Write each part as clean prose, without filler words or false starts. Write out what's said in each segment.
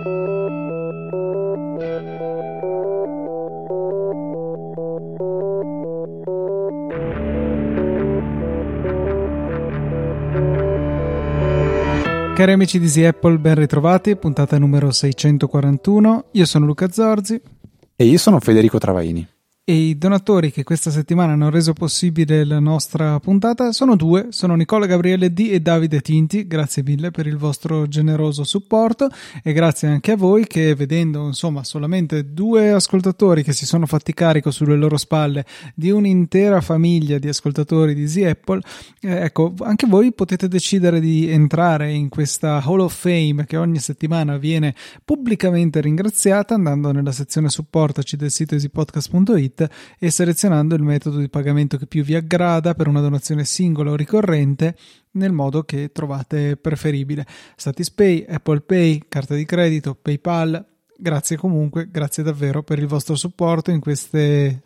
Cari amici di Easy Apple, ben ritrovati, puntata numero 641. Io sono Luca Zorzi. E io sono Federico Travaini. E i donatori che questa settimana hanno reso possibile la nostra puntata sono due, sono Nicola Gabriele D e Davide Tinti. Grazie mille per il vostro generoso supporto e grazie anche a voi che, vedendo insomma solamente due ascoltatori che si sono fatti carico sulle loro spalle di un'intera famiglia di ascoltatori di Easy Apple, ecco, anche voi potete decidere di entrare in questa Hall of Fame che ogni settimana viene pubblicamente ringraziata andando nella sezione supportaci del sito easypodcast.it e selezionando il metodo di pagamento che più vi aggrada per una donazione singola o ricorrente nel modo che trovate preferibile. Satispay, Apple Pay, carta di credito, PayPal. Grazie comunque, grazie davvero per il vostro supporto in queste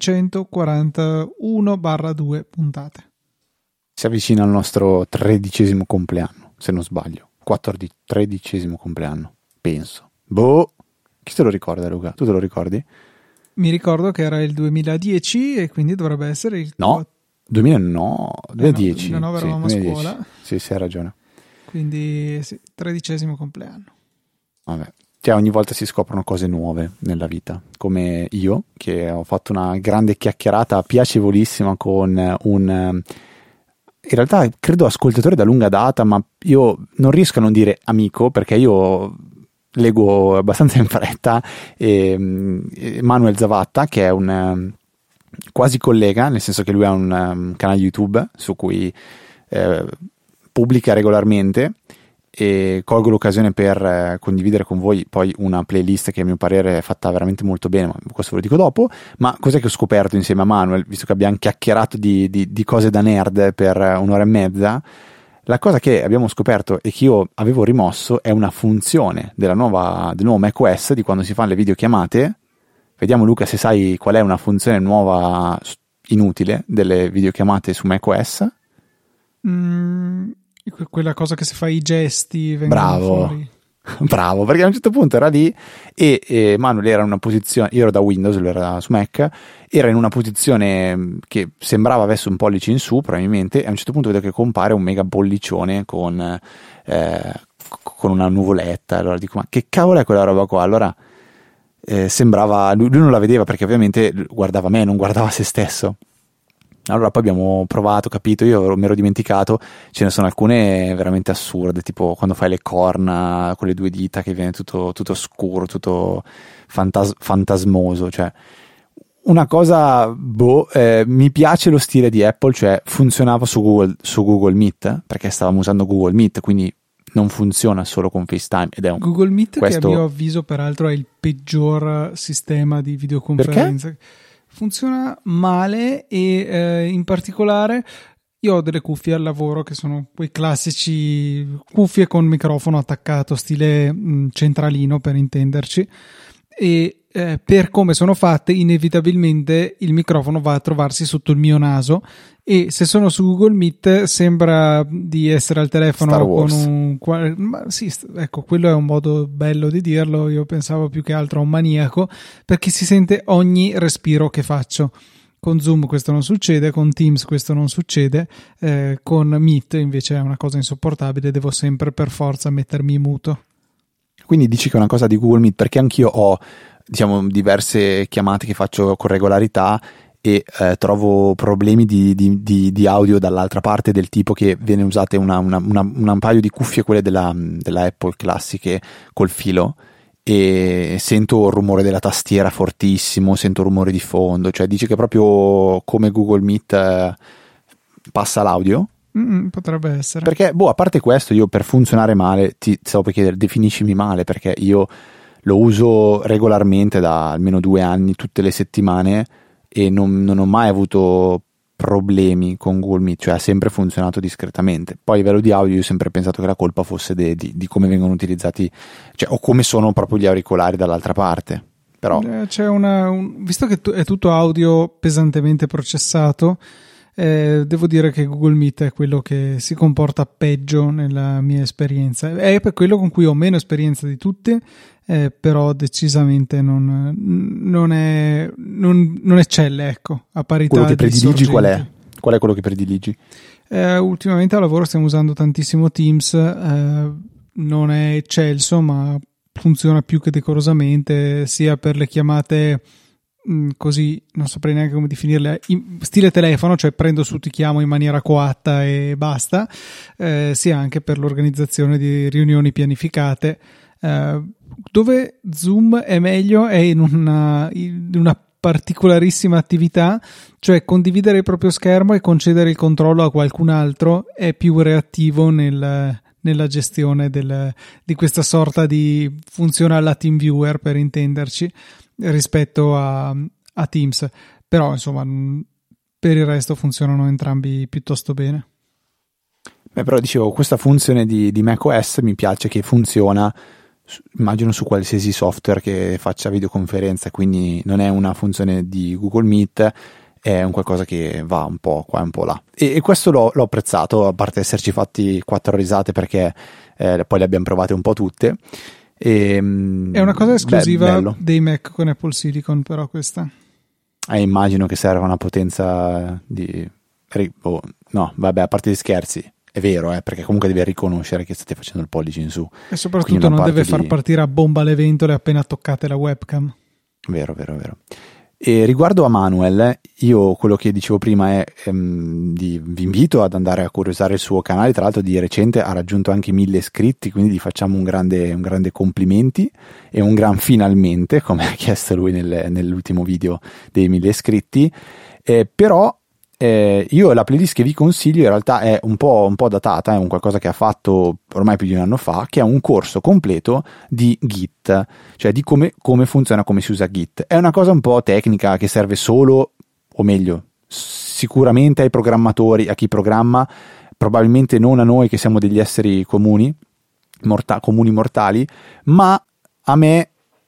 641/2 puntate. Si avvicina al nostro 13° compleanno, se non sbaglio. 13° compleanno, penso. Chi se lo ricorda, Luca? Tu te lo ricordi? Mi ricordo che era il 2010 e quindi dovrebbe essere il... No, 2010. 2009 eravamo a scuola. Sì, hai ragione. Quindi sì, 13° compleanno. Vabbè, cioè ogni volta si scoprono cose nuove nella vita, come io che ho fatto una grande chiacchierata piacevolissima con un... in realtà credo ascoltatore da lunga data, ma io non riesco a non dire amico perché io... leggo abbastanza in fretta, Manuel Zavatta, che è un quasi collega, nel senso che lui ha un canale YouTube su cui pubblica regolarmente, e colgo l'occasione per condividere con voi poi una playlist che a mio parere è fatta veramente molto bene, ma questo ve lo dico dopo. Ma cos'è che ho scoperto insieme a Manuel, visto che abbiamo chiacchierato di cose da nerd per un'ora e mezza? La cosa che abbiamo scoperto e che io avevo rimosso è una funzione del nuovo macOS di quando si fanno le videochiamate. Vediamo, Luca, se sai qual è una funzione nuova inutile delle videochiamate su macOS. Quella cosa che se fai i gesti vengono fuori. Bravo, perché a un certo punto era lì e Manuel era in una posizione, io ero da Windows, lui era su Mac, era in una posizione che sembrava avesse un pollice in su probabilmente, e a un certo punto vedo che compare un mega pollicione con una nuvoletta. Allora dico, ma che cavolo è quella roba qua? Allora sembrava, lui non la vedeva perché ovviamente guardava me, non guardava se stesso. Allora poi abbiamo provato, capito, io mi ero dimenticato, ce ne sono alcune veramente assurde, tipo quando fai le corna con le due dita che viene tutto scuro, tutto fantasmoso, cioè una cosa, mi piace lo stile di Apple, cioè funzionava su Google Meet, perché stavamo usando Google Meet, quindi non funziona solo con FaceTime ed è Google Meet che a mio avviso peraltro è il peggior sistema di videoconferenza. Perché? Funziona male e in particolare io ho delle cuffie al lavoro che sono quei classici cuffie con microfono attaccato stile centralino per intenderci, e per come sono fatte inevitabilmente il microfono va a trovarsi sotto il mio naso e se sono su Google Meet sembra di essere al telefono Star Wars. con un... sì, ecco, quello è un modo bello di dirlo, io pensavo più che altro a un maniaco, perché si sente ogni respiro che faccio. Con Zoom questo non succede, con Teams questo non succede, con Meet invece è una cosa insopportabile, devo sempre per forza mettermi in muto. Quindi dici che è una cosa di Google Meet, perché anch'io ho, diciamo, diverse chiamate che faccio con regolarità e trovo problemi di audio dall'altra parte, del tipo che viene usate un paio di cuffie, quelle della Apple classiche col filo, e sento il rumore della tastiera fortissimo, sento il rumore di fondo, cioè dici che proprio come Google Meet passa l'audio? Potrebbe essere. Perché, a parte questo, io per funzionare male, ti stavo per chiedere, definiscimi male, perché io lo uso regolarmente da almeno 2 anni, tutte le settimane, e non ho mai avuto problemi con Google Meet, cioè ha sempre funzionato discretamente. Poi a livello di audio io ho sempre pensato che la colpa fosse di come vengono utilizzati, cioè, o come sono proprio gli auricolari dall'altra parte. Però c'è visto che è tutto audio pesantemente processato, Devo dire che Google Meet è quello che si comporta peggio nella mia esperienza. È per quello con cui ho meno esperienza di tutti, però decisamente non eccelle, ecco, a parità Quello che di prediligi qual è? sorgenti. Qual è quello che prediligi? Ultimamente al lavoro stiamo usando tantissimo Teams, non è eccelso, ma funziona più che decorosamente, sia per le chiamate così, non saprei neanche come definirle, stile telefono, cioè prendo su, ti chiamo in maniera coatta e basta, sia anche per l'organizzazione di riunioni pianificate. Dove Zoom è meglio è in una particolarissima attività, cioè condividere il proprio schermo e concedere il controllo a qualcun altro è più reattivo nella gestione di questa sorta di funzione alla TeamViewer, per intenderci, rispetto a Teams. Però insomma per il resto funzionano entrambi piuttosto bene. Beh, però dicevo, questa funzione di macOS mi piace che funziona, immagino, su qualsiasi software che faccia videoconferenza, quindi non è una funzione di Google Meet, è un qualcosa che va un po' qua e un po' là, e questo l'ho apprezzato, a parte esserci fatti 4 risate, perché poi le abbiamo provate un po' tutte. È una cosa esclusiva dei Mac con Apple Silicon, però questa immagino che serva una potenza di no, vabbè, a parte gli scherzi, è vero, perché comunque deve riconoscere che state facendo il pollice in su, e soprattutto non deve far partire a bomba le ventole appena toccate la webcam. Vero. E riguardo a Manuel, io quello che dicevo prima è vi invito ad andare a curiosare il suo canale. Tra l'altro di recente ha raggiunto anche 1000 iscritti, quindi gli facciamo un grande complimenti e un gran finalmente, come ha chiesto lui nell'ultimo video dei 1000 iscritti. Però io la playlist che vi consiglio in realtà è un po' datata, è un qualcosa che ha fatto ormai più di un anno fa, che è un corso completo di Git, cioè di come funziona, come si usa Git. È una cosa un po' tecnica che serve solo, o meglio, sicuramente ai programmatori, a chi programma, probabilmente non a noi che siamo degli esseri comuni mortali, ma a me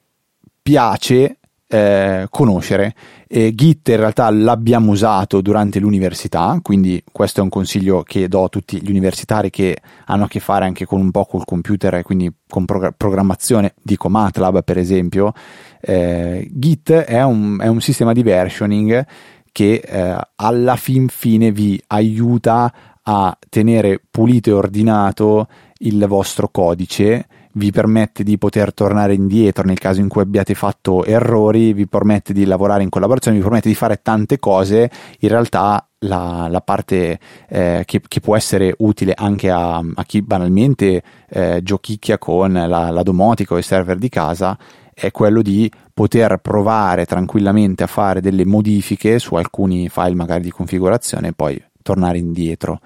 piace conoscere. Git in realtà l'abbiamo usato durante l'università, quindi questo è un consiglio che do a tutti gli universitari che hanno a che fare anche con un po' col computer e quindi con programmazione, dico MATLAB per esempio. Git è un sistema di versioning che alla fine vi aiuta a tenere pulito e ordinato il vostro codice, vi permette di poter tornare indietro nel caso in cui abbiate fatto errori, vi permette di lavorare in collaborazione, vi permette di fare tante cose. In realtà la parte che può essere utile anche a chi banalmente giochicchia con la domotica o i server di casa è quello di poter provare tranquillamente a fare delle modifiche su alcuni file magari di configurazione e poi tornare indietro.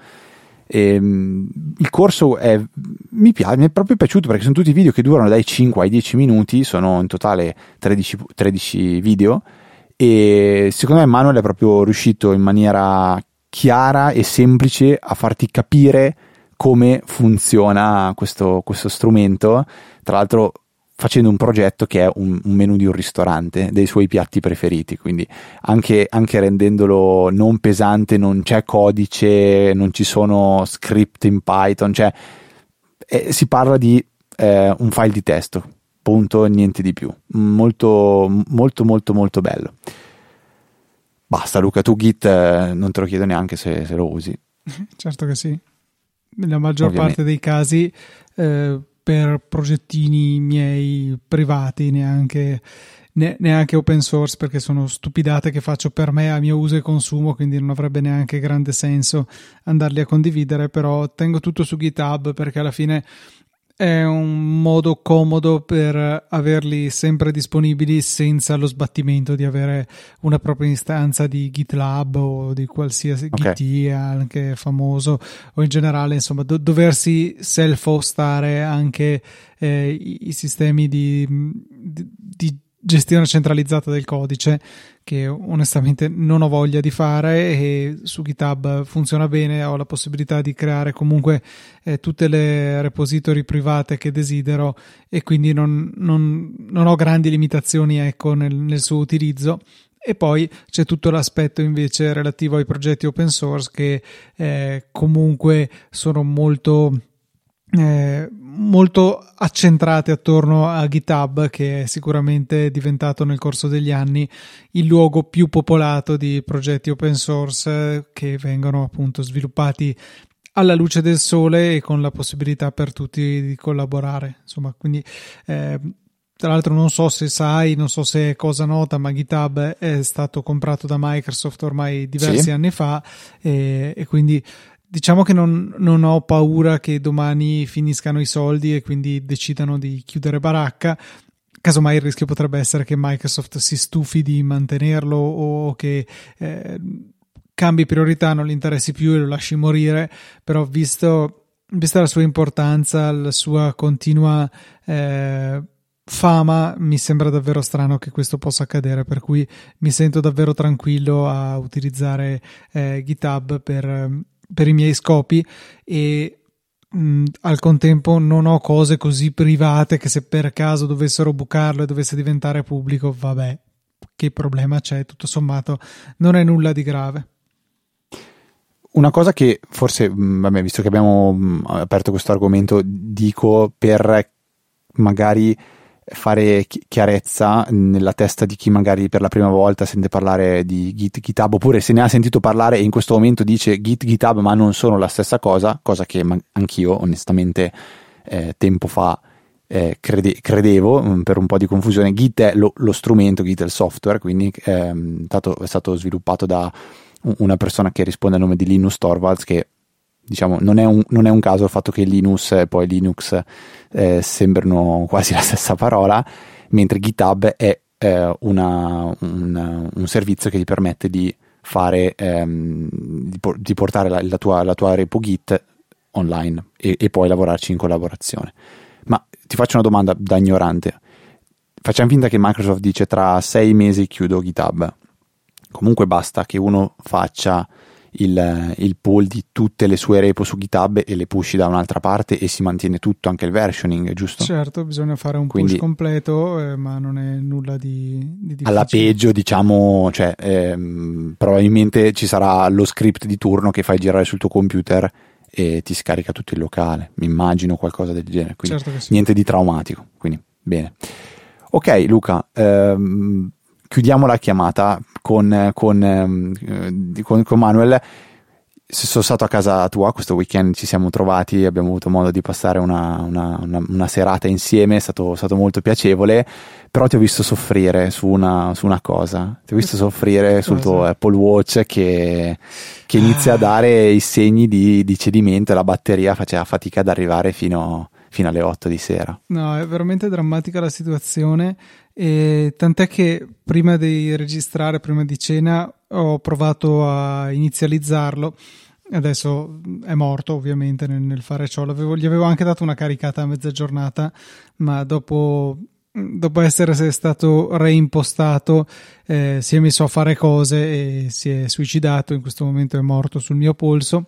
Il corso mi è proprio piaciuto, perché sono tutti video che durano dai 5 ai 10 minuti, sono in totale 13 video, e secondo me Manuel è proprio riuscito in maniera chiara e semplice a farti capire come funziona questo strumento, tra l'altro facendo un progetto che è un menu di un ristorante, dei suoi piatti preferiti, quindi anche rendendolo non pesante, non c'è codice, non ci sono script in Python, cioè si parla di un file di testo, punto, niente di più. Molto bello. Basta, Luca, tu Git non te lo chiedo neanche se lo usi. Certo che sì, nella maggior parte dei casi per progettini miei privati, neanche open source, perché sono stupidate che faccio per me, a mio uso e consumo, quindi non avrebbe neanche grande senso andarli a condividere. Però tengo tutto su GitHub perché alla fine è un modo comodo per averli sempre disponibili senza lo sbattimento di avere una propria istanza di GitLab o di qualsiasi Git anche famoso, o in generale insomma doversi self-hostare anche i sistemi di gestione centralizzata del codice, che onestamente non ho voglia di fare, e su GitHub funziona bene, ho la possibilità di creare comunque tutte le repository private che desidero, e quindi non ho grandi limitazioni, ecco, nel suo utilizzo. E poi c'è tutto l'aspetto invece relativo ai progetti open source che comunque sono molto accentrati attorno a GitHub, che è sicuramente diventato nel corso degli anni il luogo più popolato di progetti open source che vengono appunto sviluppati alla luce del sole e con la possibilità per tutti di collaborare. Insomma, quindi tra l'altro non so se sai, non so se è cosa nota, ma GitHub è stato comprato da Microsoft ormai diversi anni fa e quindi diciamo che non ho paura che domani finiscano i soldi e quindi decidano di chiudere baracca. Casomai il rischio potrebbe essere che Microsoft si stufi di mantenerlo o che cambi priorità, non gli interessi più e lo lasci morire, però vista la sua importanza, la sua continua fama, mi sembra davvero strano che questo possa accadere, per cui mi sento davvero tranquillo a utilizzare GitHub per i miei scopi e al contempo non ho cose così private che se per caso dovessero bucarlo e dovesse diventare pubblico, vabbè, che problema c'è, tutto sommato non è nulla di grave. Una cosa che forse, vabbè, visto che abbiamo aperto questo argomento, dico per magari fare chiarezza nella testa di chi magari per la prima volta sente parlare di GitHub, oppure se ne ha sentito parlare e in questo momento dice GitHub ma non sono la stessa cosa che anch'io onestamente tempo fa credevo, per un po' di confusione. Git è lo strumento, Git è il software, quindi è stato sviluppato da una persona che risponde al nome di Linus Torvalds, che diciamo non è un caso il fatto che Linus e poi Linux sembrano quasi la stessa parola, mentre GitHub è un servizio che ti permette di fare di portare la tua repo Git online e poi lavorarci in collaborazione. Ma ti faccio una domanda da ignorante. Facciamo finta che Microsoft dice tra 6 mesi chiudo GitHub. Comunque basta che uno faccia il pull di tutte le sue repo su GitHub e le pushi da un'altra parte e si mantiene tutto, anche il versioning, giusto? Certo, bisogna fare un push completo, ma non è nulla di difficile. Alla peggio, diciamo, cioè, probabilmente ci sarà lo script di turno che fai girare sul tuo computer e ti scarica tutto il locale, mi immagino qualcosa del genere, quindi certo che sì. Niente di traumatico, quindi bene. Ok Luca, chiudiamo la chiamata con Manuel. Sono stato a casa tua questo weekend, ci siamo trovati, abbiamo avuto modo di passare una serata insieme, è stato molto piacevole, però ti ho visto soffrire su una cosa, ti ho visto soffrire sul tuo Apple Watch che inizia a dare i segni di cedimento e la batteria faceva fatica ad arrivare fino alle 8 di sera. No, è veramente drammatica la situazione, e tant'è che prima di registrare, prima di cena, ho provato a inizializzarlo. Adesso è morto ovviamente nel fare ciò. Gli avevo anche dato una caricata a mezza giornata, ma dopo essere stato reimpostato si è messo a fare cose e si è suicidato. In questo momento è morto sul mio polso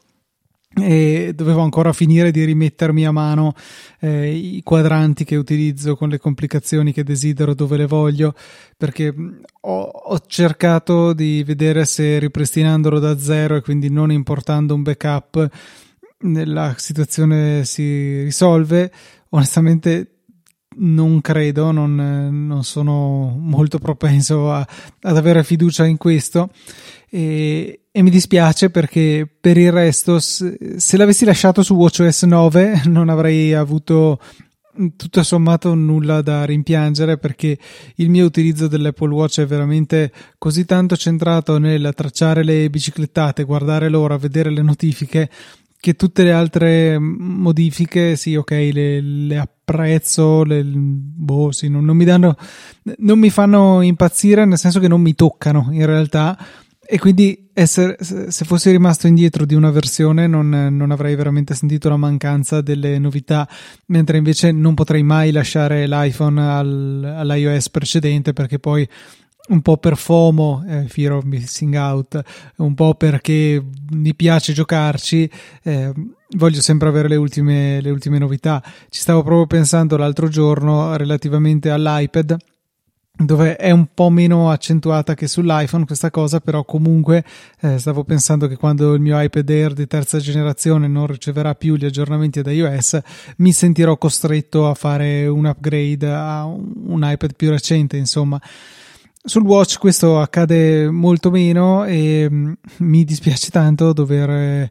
e dovevo ancora finire di rimettermi a mano i quadranti che utilizzo con le complicazioni che desidero dove le voglio, perché ho cercato di vedere se ripristinandolo da zero e quindi non importando un backup la situazione si risolve. Onestamente non credo, non sono molto propenso ad avere fiducia in questo e mi dispiace, perché per il resto se l'avessi lasciato su WatchOS 9 non avrei avuto tutto sommato nulla da rimpiangere, perché il mio utilizzo dell'Apple Watch è veramente così tanto centrato nel tracciare le biciclettate, guardare l'ora, vedere le notifiche, che tutte le altre modifiche sì, ok, le apprezzo, sì, non mi fanno impazzire, nel senso che non mi toccano in realtà. E quindi se fossi rimasto indietro di una versione non avrei veramente sentito la mancanza delle novità, mentre invece non potrei mai lasciare l'iPhone all'iOS precedente, perché poi un po' per FOMO, Fear of Missing Out, un po' perché mi piace giocarci, voglio sempre avere le ultime novità. Ci stavo proprio pensando l'altro giorno relativamente all'iPad, dove è un po' meno accentuata che sull'iPhone questa cosa, però comunque stavo pensando che quando il mio iPad Air di terza generazione non riceverà più gli aggiornamenti ad iOS, mi sentirò costretto a fare un upgrade a un iPad più recente, insomma. Sul Watch questo accade molto meno e mi dispiace tanto dover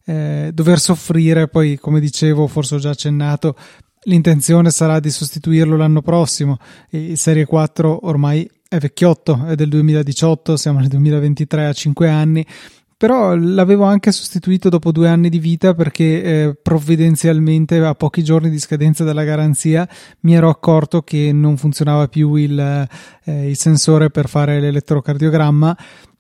soffrire. Poi, come dicevo, forse ho già accennato, l'intenzione sarà di sostituirlo l'anno prossimo. Il Serie 4 ormai è vecchiotto, è del 2018, siamo nel 2023, a 5 anni, però l'avevo anche sostituito dopo 2 anni di vita perché provvidenzialmente, a pochi giorni di scadenza della garanzia, mi ero accorto che non funzionava più il sensore per fare l'elettrocardiogramma.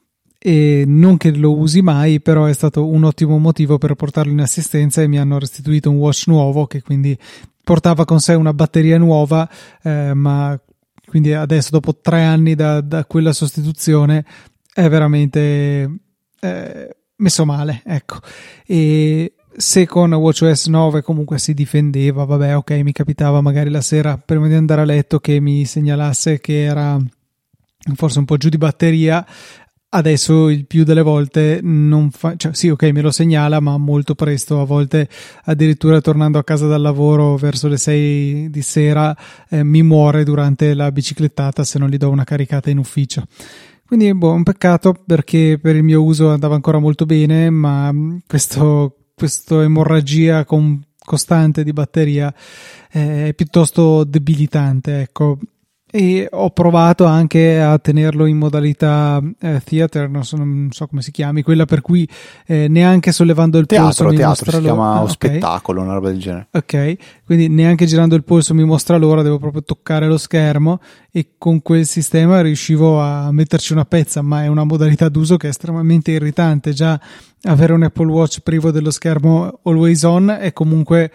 E non che lo usi mai, però è stato un ottimo motivo per portarlo in assistenza e mi hanno restituito un watch nuovo che quindi portava con sé una batteria nuova, ma quindi adesso dopo 3 anni da quella sostituzione è veramente messo male, ecco. E se con WatchOS 9 comunque si difendeva, vabbè, ok, mi capitava magari la sera prima di andare a letto che mi segnalasse che era forse un po' giù di batteria. Adesso il più delle volte non fa, cioè sì, ok, me lo segnala, ma molto presto, a volte addirittura tornando a casa dal lavoro verso le 6 di sera mi muore durante la biciclettata se non gli do una caricata in ufficio. Quindi un peccato, perché per il mio uso andava ancora molto bene, ma questo emorragia costante di batteria è piuttosto debilitante, ecco. E ho provato anche a tenerlo in modalità theater, non so come si chiami, quella per cui neanche sollevando il polso mi mostra si chiama okay. spettacolo, una roba del genere. Ok, quindi neanche girando il polso mi mostra l'ora, devo proprio toccare lo schermo, e con quel sistema riuscivo a metterci una pezza, ma è una modalità d'uso che è estremamente irritante. Già avere un Apple Watch privo dello schermo always on è comunque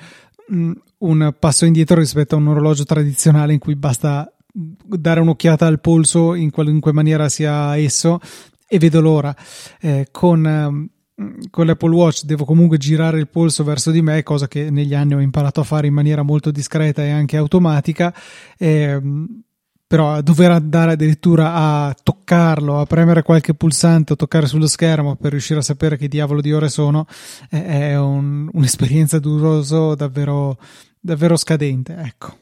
un passo indietro rispetto a un orologio tradizionale in cui basta dare un'occhiata al polso in qualunque maniera sia esso, e vedo l'ora. Con l'Apple Watch devo comunque girare il polso verso di me, cosa che negli anni ho imparato a fare in maniera molto discreta e anche automatica, però dover andare addirittura a toccarlo, a premere qualche pulsante o toccare sullo schermo per riuscire a sapere che diavolo di ore sono è un'esperienza d'uso davvero, davvero scadente, ecco.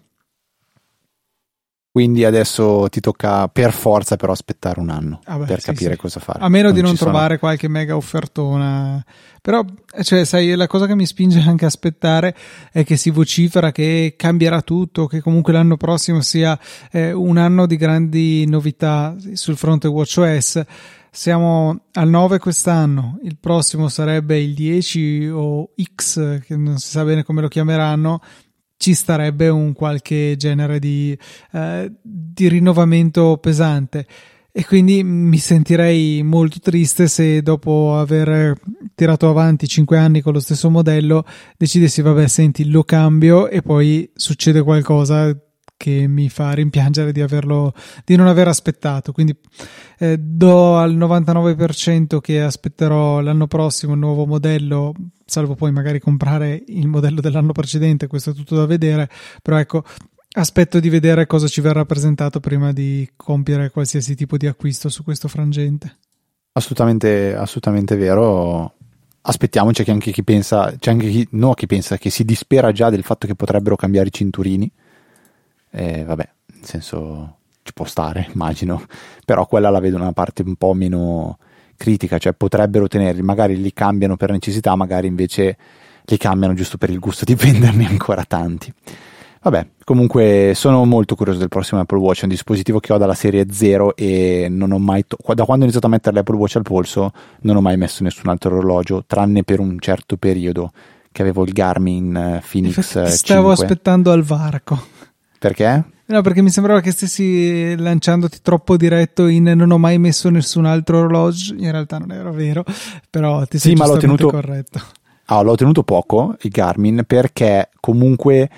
Quindi adesso ti tocca per forza però aspettare un anno per capire sì. cosa fare. A meno di non trovare qualche mega offertona. Però, cioè, sai, la cosa che mi spinge anche a aspettare è che si vocifera che cambierà tutto, che comunque l'anno prossimo sia un anno di grandi novità sul fronte WatchOS. Siamo al 9 quest'anno, il prossimo sarebbe il 10 o X, che non si sa bene come lo chiameranno. Ci starebbe un qualche genere di rinnovamento pesante, e quindi mi sentirei molto triste se dopo aver tirato avanti 5 anni con lo stesso modello decidessi vabbè, senti, lo cambio, e poi succede qualcosa che mi fa rimpiangere di non aver aspettato. Quindi do al 99% che aspetterò l'anno prossimo il nuovo modello, salvo poi magari comprare il modello dell'anno precedente. Questo è tutto da vedere, però ecco, aspetto di vedere cosa ci verrà presentato prima di compiere qualsiasi tipo di acquisto su questo frangente. Assolutamente vero. Aspettiamoci, che anche chi pensa, c'è anche chi pensa che si dispera già del fatto che potrebbero cambiare i cinturini. Vabbè, nel senso, ci può stare, immagino, però quella la vedo una parte un po' meno critica, cioè potrebbero tenerli, magari li cambiano per necessità, magari invece li cambiano giusto per il gusto di venderne ancora tanti. Vabbè, comunque sono molto curioso del prossimo Apple Watch. È un dispositivo che ho dalla serie 0 e non ho mai da quando ho iniziato a mettere l'Apple Watch al polso non ho mai messo nessun altro orologio, tranne per un certo periodo che avevo il Garmin Phoenix 5. Stavo aspettando al varco. Perché? No, perché mi sembrava che stessi lanciandoti troppo diretto in non ho mai messo nessun altro orologio. In realtà non era vero, però ti sei giustamente corretto. L'ho tenuto poco, il Garmin, perché comunque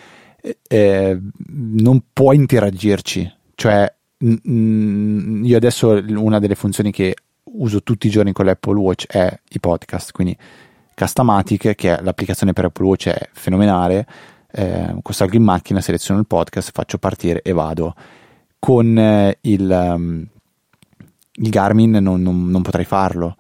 non puoi interagirci. Cioè, io adesso una delle funzioni che uso tutti i giorni con l'Apple Watch è i podcast, quindi Castamatic, che è l'applicazione per Apple Watch, è fenomenale. Salgo in macchina, seleziono il podcast, faccio partire e vado. Con il Garmin non potrei farlo.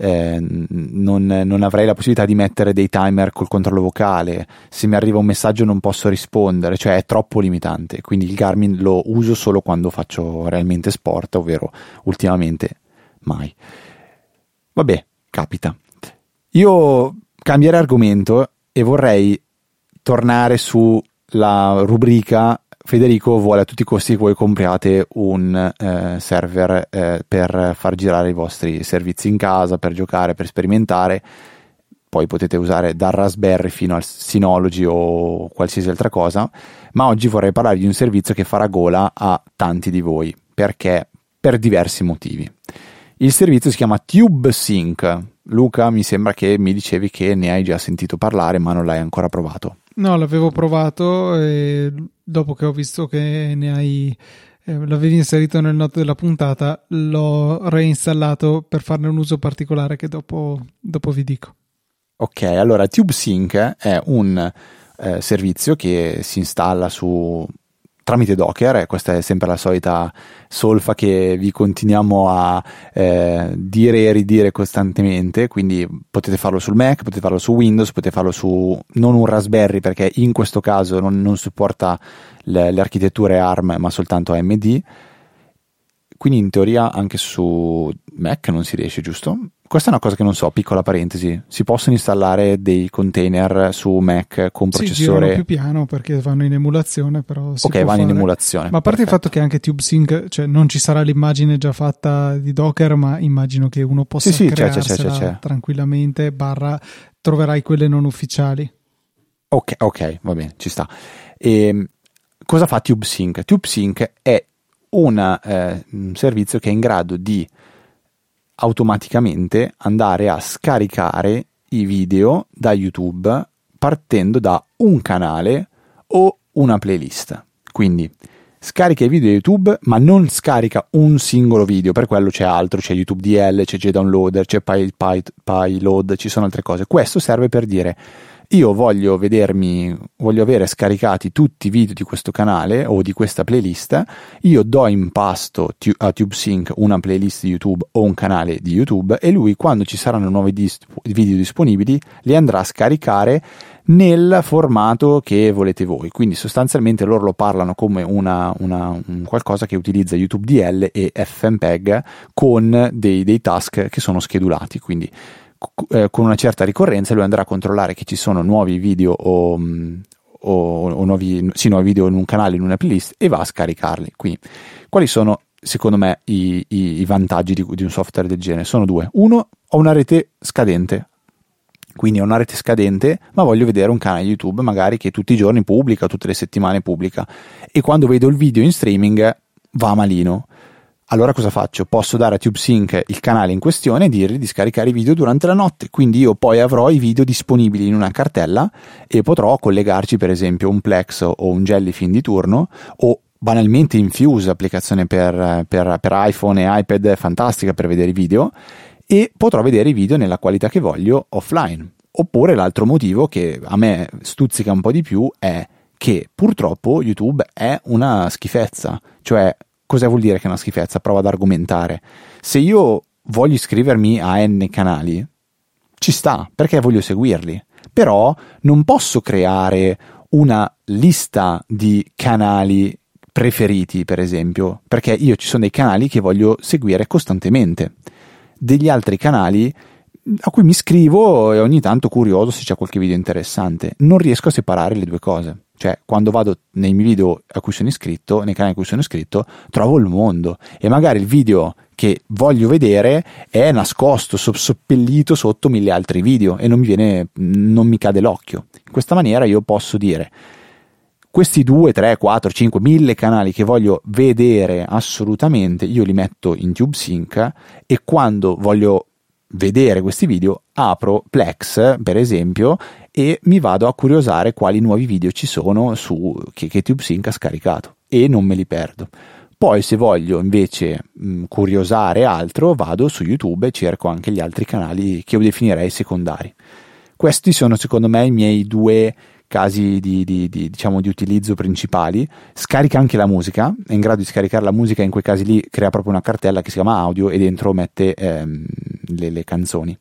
Non avrei la possibilità di mettere dei timer col controllo vocale. Se mi arriva un messaggio non posso rispondere, cioè è troppo limitante. Quindi il Garmin lo uso solo quando faccio realmente sport, ovvero ultimamente mai. Vabbè, capita. Io cambierei argomento e vorrei tornare sulla rubrica Federico vuole a tutti i costi che voi compriate un server per far girare i vostri servizi in casa, per giocare, per sperimentare. Poi potete usare dal Raspberry fino al Synology o qualsiasi altra cosa, ma oggi vorrei parlare di un servizio che farà gola a tanti di voi, perché per diversi motivi. Il servizio si chiama TubeSync. Luca, mi sembra che mi dicevi che ne hai già sentito parlare, ma non l'hai ancora provato. No, l'avevo provato e dopo che ho visto che l'avevi inserito nel note della puntata, l'ho reinstallato per farne un uso particolare che dopo vi dico. Ok, allora TubeSync è un servizio che si installa tramite Docker. Questa è sempre la solita solfa che vi continuiamo a dire e ridire costantemente, quindi potete farlo sul Mac, potete farlo su Windows, potete farlo su non un Raspberry, perché in questo caso non supporta le architetture ARM ma soltanto AMD, quindi in teoria anche su Mac non si riesce, giusto? Questa è una cosa che non so, piccola parentesi, si possono installare dei container su Mac con processore? Sì, più piano perché vanno in emulazione, però si può vanno fare. In emulazione. Ma a parte il fatto che anche TubeSync, cioè non ci sarà l'immagine già fatta di Docker, ma immagino che uno possa crearsela c'è. Tranquillamente, troverai quelle non ufficiali. Ok, va bene, ci sta. Cosa fa TubeSync? TubeSync è un servizio che è in grado di automaticamente andare a scaricare i video da YouTube partendo da un canale o una playlist. Quindi scarica i video di YouTube, ma non scarica un singolo video, per quello c'è altro, c'è YouTube DL, c'è JDownloader, c'è PyLoad, ci sono altre cose. Questo serve per dire: io voglio avere scaricati tutti i video di questo canale o di questa playlist, io do in pasto a TubeSync una playlist di YouTube o un canale di YouTube, e lui, quando ci saranno nuovi video disponibili, li andrà a scaricare nel formato che volete voi. Quindi sostanzialmente loro lo parlano come un qualcosa che utilizza YouTube DL e FMPEG con dei task che sono schedulati, quindi con una certa ricorrenza lui andrà a controllare che ci sono nuovi video o nuovi video in un canale, in una playlist, e va a scaricarli. Quindi quali sono secondo me i vantaggi di un software del genere? Sono due. Uno, ho una rete scadente, quindi ho una rete scadente ma voglio vedere un canale YouTube magari che tutti i giorni pubblica, tutte le settimane pubblica, e quando vedo il video in streaming va malino. Allora cosa faccio? Posso dare a TubeSync il canale in questione e dirgli di scaricare i video durante la notte, quindi io poi avrò i video disponibili in una cartella e potrò collegarci per esempio un Plex o un Jellyfin di turno, o banalmente Infuse, applicazione per iPhone e iPad fantastica per vedere i video, e potrò vedere i video nella qualità che voglio offline. Oppure l'altro motivo che a me stuzzica un po' di più è che purtroppo YouTube è una schifezza. Cioè, cosa vuol dire che è una schifezza? Provo ad argomentare. Se io voglio iscrivermi a N canali, ci sta, perché voglio seguirli. Però non posso creare una lista di canali preferiti, per esempio, perché io ci sono dei canali che voglio seguire costantemente, degli altri canali a cui mi iscrivo e ogni tanto curioso se c'è qualche video interessante. Non riesco a separare le due cose. Cioè, quando vado nei miei video a cui sono iscritto, nei canali a cui sono iscritto, trovo il mondo, e magari il video che voglio vedere è nascosto, seppellito sotto mille altri video, e non mi cade l'occhio. In questa maniera io posso dire: questi 2, 3, 4, 5, 1000 canali che voglio vedere assolutamente, io li metto in TubeSync, e quando voglio vedere questi video apro Plex per esempio e mi vado a curiosare quali nuovi video ci sono che TubeSync ha scaricato, e non me li perdo. Poi se voglio invece curiosare altro, vado su YouTube e cerco anche gli altri canali che io definirei secondari. Questi sono secondo me i miei due casi diciamo di utilizzo principali. Scarica anche la musica, è in grado di scaricare la musica, in quei casi lì crea proprio una cartella che si chiama audio e dentro mette le canzoni.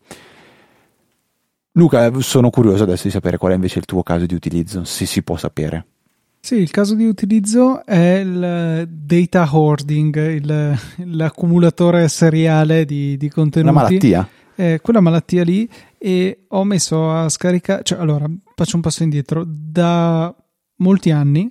Luca, sono curioso adesso di sapere qual è invece il tuo caso di utilizzo, se si può sapere. Sì, il caso di utilizzo è il data hoarding, l'accumulatore seriale di contenuti. Una malattia? Quella malattia lì, e ho messo a scaricare, cioè allora faccio un passo indietro, da molti anni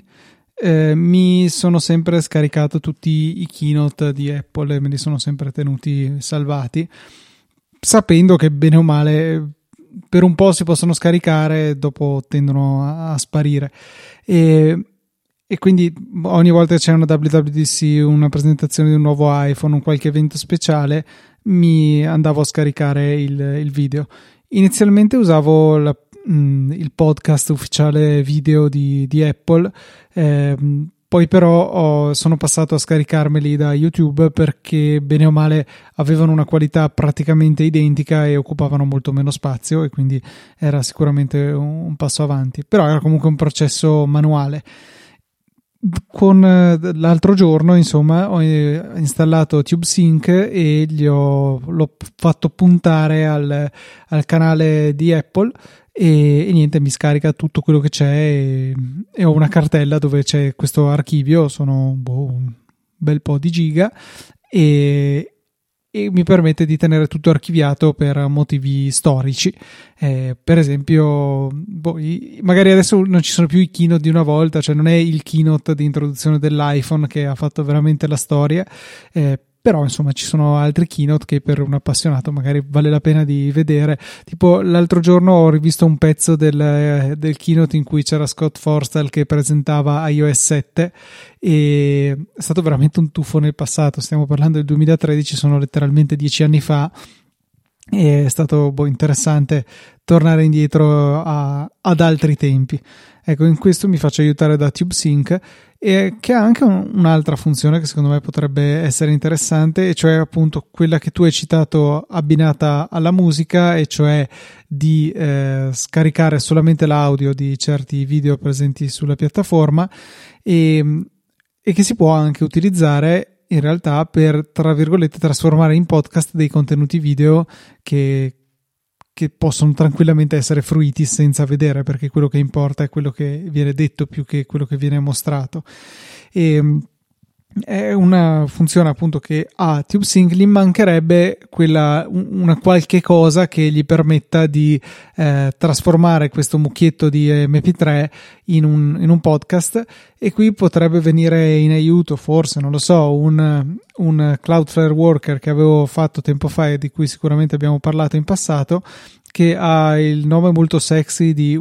mi sono sempre scaricato tutti i keynote di Apple e me li sono sempre tenuti salvati, sapendo che bene o male per un po' si possono scaricare, dopo tendono a sparire, e quindi ogni volta che c'è una WWDC, una presentazione di un nuovo iPhone, un qualche evento speciale, mi andavo a scaricare il video. Inizialmente usavo il podcast ufficiale video di Apple, poi però sono passato a scaricarmeli da YouTube, perché bene o male avevano una qualità praticamente identica e occupavano molto meno spazio, e quindi era sicuramente un passo avanti, però era comunque un processo manuale. Con l'altro giorno, insomma, ho installato TubeSync e l'ho fatto puntare al canale di Apple, e niente, mi scarica tutto quello che c'è, e ho una cartella dove c'è questo archivio, sono un bel po' di giga, e mi permette di tenere tutto archiviato per motivi storici. Per esempio, magari adesso non ci sono più i keynote di una volta, cioè non è il keynote di introduzione dell'iPhone che ha fatto veramente la storia, però insomma ci sono altri keynote che per un appassionato magari vale la pena di vedere. Tipo l'altro giorno ho rivisto un pezzo del keynote in cui c'era Scott Forstall che presentava iOS 7, e è stato veramente un tuffo nel passato. Stiamo parlando del 2013, sono letteralmente 10 anni fa, e è stato interessante tornare indietro ad altri tempi. Ecco, in questo mi faccio aiutare da TubeSync, e che ha anche un'altra funzione che secondo me potrebbe essere interessante, e cioè appunto quella che tu hai citato abbinata alla musica, e cioè di scaricare solamente l'audio di certi video presenti sulla piattaforma, e che si può anche utilizzare in realtà per, tra virgolette, trasformare in podcast dei contenuti video che possono tranquillamente essere fruiti senza vedere, perché quello che importa è quello che viene detto più che quello che viene mostrato. E è una funzione appunto che a TubeSync gli mancherebbe una qualche cosa che gli permetta di trasformare questo mucchietto di MP3 in un podcast, e qui potrebbe venire in aiuto, forse, non lo so, un Cloudflare Worker che avevo fatto tempo fa e di cui sicuramente abbiamo parlato in passato, che ha il nome molto sexy di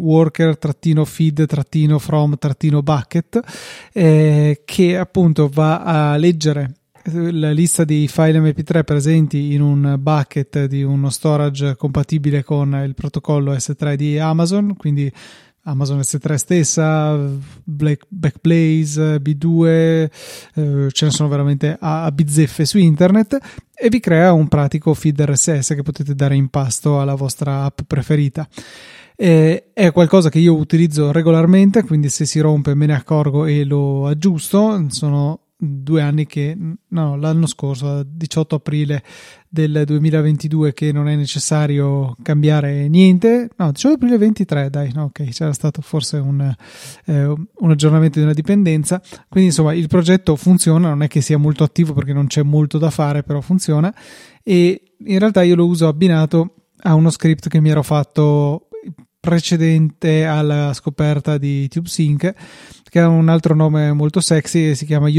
worker-feed-from-bucket, che appunto va a leggere la lista di file MP3 presenti in un bucket di uno storage compatibile con il protocollo S3 di Amazon, quindi Amazon S3 stessa, Backblaze, B2, ce ne sono veramente a bizzeffe su internet, e vi crea un pratico feed RSS che potete dare in pasto alla vostra app preferita. È qualcosa che io utilizzo regolarmente, quindi se si rompe me ne accorgo e lo aggiusto. Sono 2 anni l'anno scorso, 18 aprile del 2022, che non è necessario cambiare niente. 18 aprile 23, dai, ok, c'era stato forse un aggiornamento di una dipendenza, quindi insomma il progetto funziona, non è che sia molto attivo perché non c'è molto da fare, però funziona, e in realtà io lo uso abbinato a uno script che mi ero fatto precedente alla scoperta di TubeSync, che ha un altro nome molto sexy e si chiama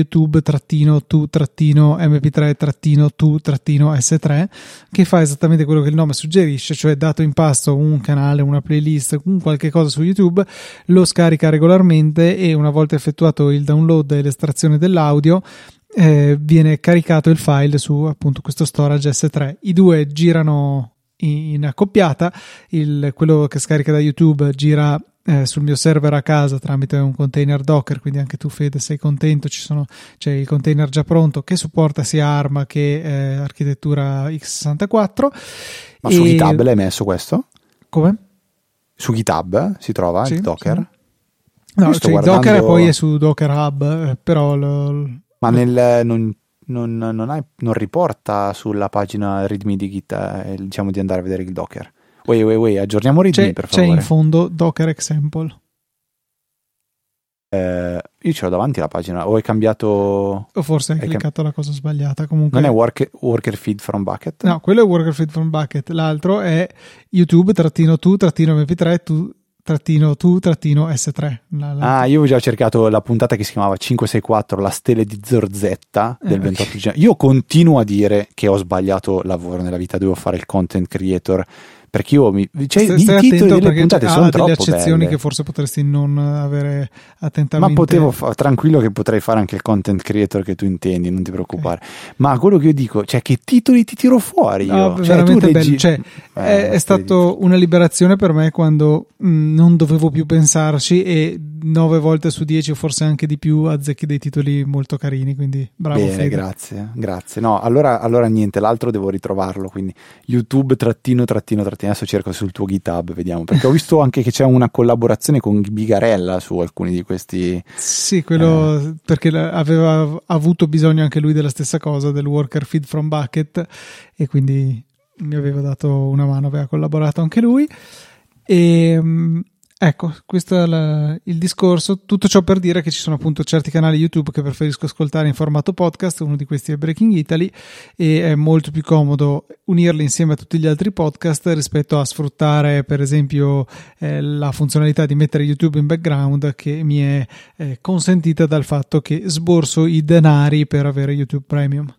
YouTube-tu-mp3-tu-s3, che fa esattamente quello che il nome suggerisce, cioè dato in pasto un canale, una playlist, un qualche cosa su YouTube, lo scarica regolarmente, e una volta effettuato il download e l'estrazione dell'audio viene caricato il file su appunto questo storage S3. I due girano in accoppiata, quello che scarica da YouTube gira sul mio server a casa tramite un container Docker, quindi anche tu, Fede, sei contento, c'è il container già pronto che supporta sia ARM che architettura x64. Ma su GitHub l'hai messo questo? Come? Su GitHub si trova sì, il Docker? sì. No, cioè guardando... Docker poi è su Docker Hub, però... Ma non riporta sulla pagina README di Git, diciamo di andare a vedere il Docker. Wait, aggiorniamo README per favore. C'è in fondo Docker example. Io ce l'ho davanti la pagina, o hai cambiato... O forse hai cliccato la cosa sbagliata. Comunque non è worker feed from bucket? No, quello è worker feed from bucket. L'altro è YouTube-tu-tu-s3. Io ho già cercato la puntata che si chiamava 564, la stele di Zorzetta del 28 gennaio. Io continuo a dire che ho sbagliato lavoro nella vita, devo fare il content creator, perché io i titoli delle puntate sono troppo delle accezioni belle, che forse potresti non avere attentamente. Ma tranquillo che potrei fare anche il content creator che tu intendi, non ti preoccupare. Ma quello che io dico, cioè, che titoli ti tiro fuori io? Veramente bello. È stato una liberazione per me quando non dovevo più pensarci, e 9 volte su 10 o forse anche di più azzecchi dei titoli molto carini, quindi bravo. Bene, grazie. No, allora niente, l'altro devo ritrovarlo, quindi YouTube trattino, adesso cerco sul tuo GitHub, vediamo, perché ho visto anche che c'è una collaborazione con Bigarella su alcuni di questi. Sì, quello perché aveva avuto bisogno anche lui della stessa cosa, del worker feed from bucket, e quindi mi aveva dato una mano, aveva collaborato anche lui. E ecco, questo è il discorso. Tutto ciò per dire che ci sono appunto certi canali YouTube che preferisco ascoltare in formato podcast, uno di questi è Breaking Italy, e è molto più comodo unirli insieme a tutti gli altri podcast rispetto a sfruttare per esempio la funzionalità di mettere YouTube in background, che mi è consentita dal fatto che sborso i denari per avere YouTube Premium.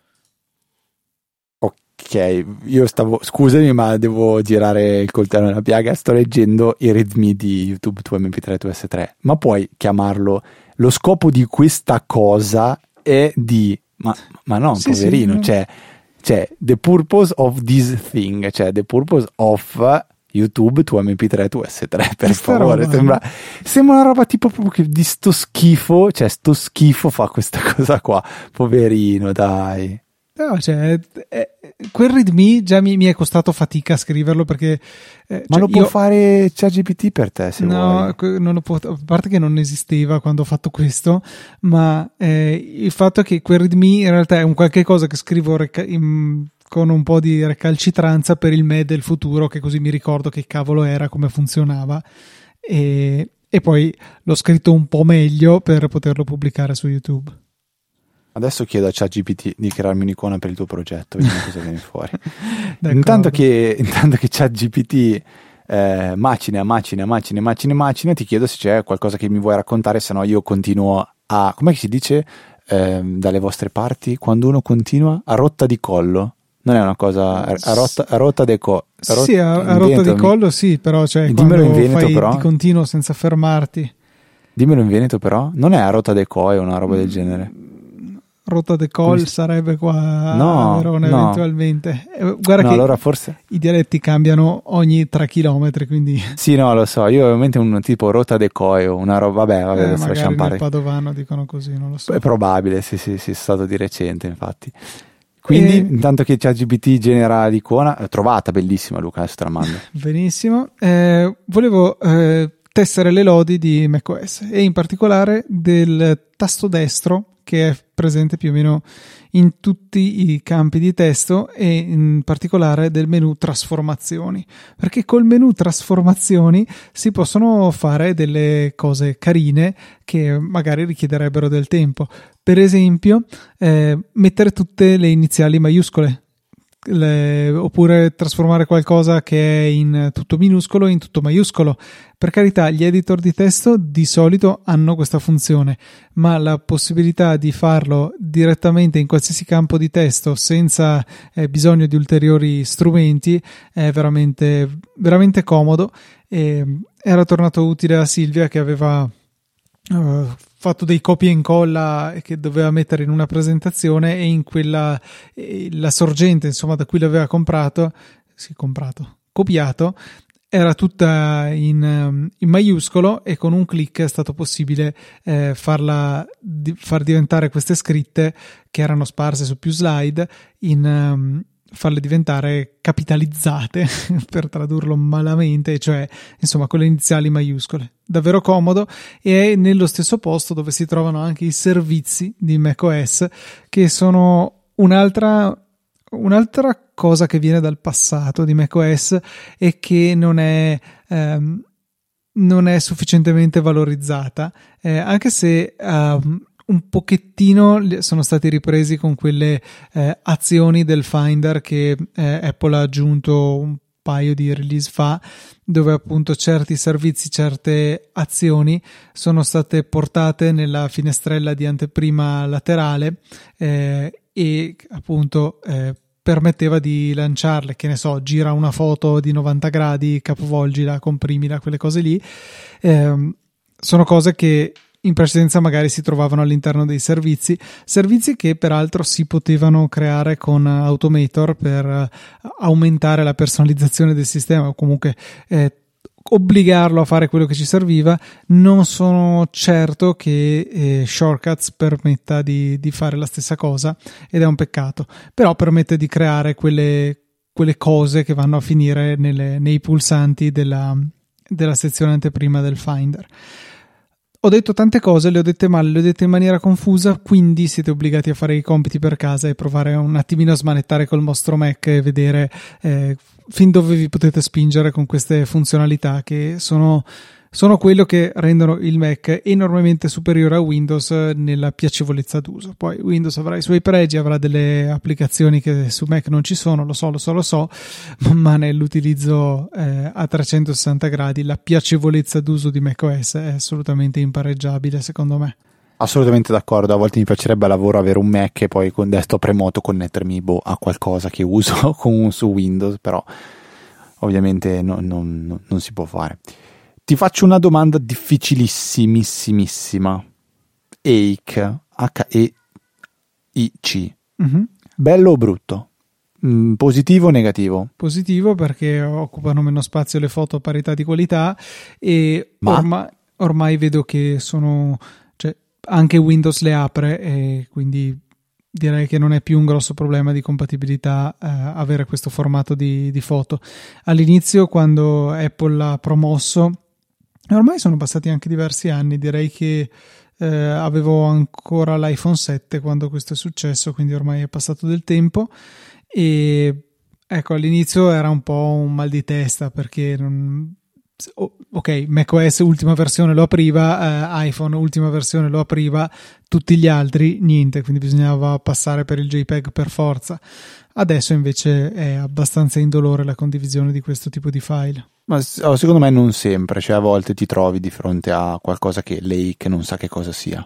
Ok, scusami, ma devo girare il coltello nella piaga. Sto leggendo i README di YouTube to MP3 to S3, ma puoi chiamarlo, lo scopo di questa cosa è di ma no, sì, poverino, sì, cioè the purpose of this thing, cioè the purpose of YouTube to MP3 to S3, per favore, sembra una roba tipo proprio di sto schifo, cioè sto schifo fa questa cosa qua, poverino, dai. No, cioè, quel README già mi è costato fatica a scriverlo, perché ma lo può fare ChatGPT per te, se vuoi. No, non lo può, a parte che non esisteva quando ho fatto questo, ma il fatto è che quel README in realtà è un qualche cosa che scrivo con un po' di recalcitranza per il me del futuro, che così mi ricordo che cavolo era, come funzionava, e poi l'ho scritto un po' meglio per poterlo pubblicare su YouTube. Adesso chiedo a ChatGPT di crearmi un'icona per il tuo progetto, vediamo cosa viene fuori. Intanto che ChatGPT macina, ti chiedo se c'è qualcosa che mi vuoi raccontare, se no io continuo a... Com'è che si dice dalle vostre parti? Quando uno continua a rotta di collo? Non è una cosa... A rotta di collo. Sì, a rotta di collo sì, però cioè dimmelo in Veneto, fai però. Di continuo senza fermarti. Dimmelo in Veneto, però. Non è a rotta de coe o una roba del genere? Rotta de col sarebbe qua a Verona, no. Eventualmente. Guarda che allora forse i dialetti cambiano ogni 3 chilometri, quindi... Sì, no, lo so, io ovviamente un tipo rotta de coe o una roba, vabbè adesso lasciamo perdere. Nel padovano dicono così, non lo so. È probabile, sì, è stato di recente, infatti. Quindi, intanto che ChatGPT genera l'icona, trovata, bellissima, Luca, adesso te la mando. Benissimo. Volevo testare le lodi di macOS e in particolare del tasto destro, che è presente più o meno in tutti i campi di testo, e in particolare del menu trasformazioni, perché col menu trasformazioni si possono fare delle cose carine che magari richiederebbero del tempo. Per esempio mettere tutte le iniziali maiuscole, oppure trasformare qualcosa che è in tutto minuscolo in tutto maiuscolo. Per carità, gli editor di testo di solito hanno questa funzione, ma la possibilità di farlo direttamente in qualsiasi campo di testo senza bisogno di ulteriori strumenti è veramente, veramente comodo. Era tornato utile a Silvia, che aveva fatto dei copia e incolla che doveva mettere in una presentazione, e in quella la sorgente, insomma, da cui l'aveva copiato, era tutta in maiuscolo, e con un click è stato possibile far diventare queste scritte, che erano sparse su più slide, in farle diventare capitalizzate per tradurlo malamente, cioè insomma con le iniziali maiuscole. Davvero comodo, e è nello stesso posto dove si trovano anche i servizi di macOS, che sono un'altra cosa che viene dal passato di macOS e che non è sufficientemente valorizzata, anche se un pochettino sono stati ripresi con quelle azioni del Finder che Apple ha aggiunto un paio di release fa, dove appunto certi servizi, certe azioni sono state portate nella finestrella di anteprima laterale e appunto permetteva di lanciarle, che ne so, gira una foto di 90 gradi, capovolgila, comprimila, quelle cose lì. Sono cose che in precedenza magari si trovavano all'interno dei servizi che peraltro si potevano creare con Automator per aumentare la personalizzazione del sistema o comunque obbligarlo a fare quello che ci serviva. Non sono certo che Shortcuts permetta di fare la stessa cosa, ed è un peccato, però permette di creare quelle cose che vanno a finire nei pulsanti della sezione anteprima del Finder. Ho detto tante cose, le ho dette male, le ho dette in maniera confusa, quindi siete obbligati a fare i compiti per casa e provare un attimino a smanettare col vostro Mac e vedere fin dove vi potete spingere con queste funzionalità, che sono quello che rendono il Mac enormemente superiore a Windows nella piacevolezza d'uso. Poi Windows avrà i suoi pregi, avrà delle applicazioni che su Mac non ci sono, lo so, ma nell'utilizzo a 360 gradi la piacevolezza d'uso di macOS è assolutamente impareggiabile, secondo me. Assolutamente d'accordo, a volte mi piacerebbe a lavoro avere un Mac e poi con desktop remoto connettermi a qualcosa che uso su Windows, però ovviamente non si può fare. Ti faccio una domanda difficilissimissima. Haiku, H-E-I-C. Mm-hmm. Bello o brutto? Positivo o negativo? Positivo, perché occupano meno spazio le foto a parità di qualità, e ormai vedo che anche Windows le apre, e quindi direi che non è più un grosso problema di compatibilità avere questo formato di foto. All'inizio, quando Apple l'ha promosso, ormai sono passati anche diversi anni, direi che avevo ancora l'iPhone 7 quando questo è successo, quindi ormai è passato del tempo, e ecco, all'inizio era un po' un mal di testa, perché ok, macOS ultima versione lo apriva, iPhone ultima versione lo apriva, tutti gli altri niente, quindi bisognava passare per il JPEG per forza. Adesso invece è abbastanza indolore la condivisione di questo tipo di file. Ma secondo me non sempre, cioè a volte ti trovi di fronte a qualcosa che lei che non sa che cosa sia.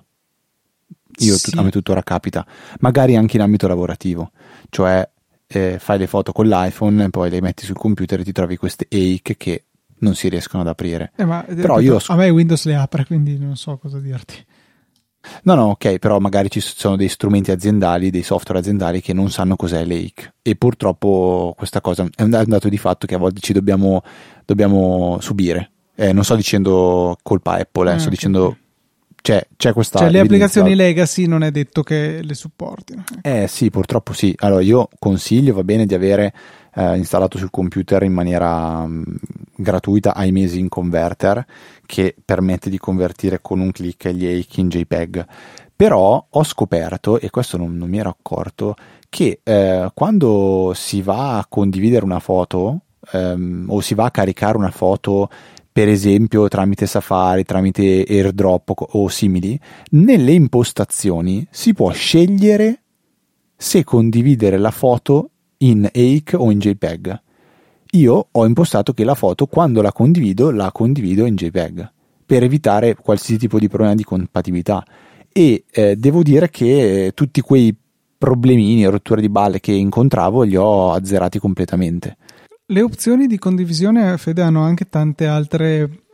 A me tuttora capita, magari anche in ambito lavorativo, cioè fai le foto con l'iPhone e poi le metti sul computer e ti trovi queste Haiku che non si riescono ad aprire. Però a me Windows le apre, quindi non so cosa dirti. No, ok, però magari ci sono dei strumenti aziendali, dei software aziendali che non sanno cos'è l'Haiku, e purtroppo questa cosa è un dato di fatto che a volte ci dobbiamo subire. Non sto dicendo colpa Apple, sto dicendo c'è questa, le applicazioni legacy non è detto che le supportino. Sì, purtroppo sì. Allora io consiglio, va bene, di avere installato sul computer in maniera gratuita iMazing Converter, che permette di convertire con un click gli Haiku in JPEG. Però ho scoperto, e questo non mi ero accorto, che quando si va a condividere una foto o si va a caricare una foto, per esempio tramite Safari, tramite AirDrop o simili, nelle impostazioni si può scegliere se condividere la foto in Haiku o in JPEG. Io ho impostato che la foto, quando la condivido in JPEG, per evitare qualsiasi tipo di problema di compatibilità, e devo dire che tutti quei problemini, rotture di balle che incontravo li ho azzerati completamente. Le opzioni di condivisione, Fede, hanno anche tante altre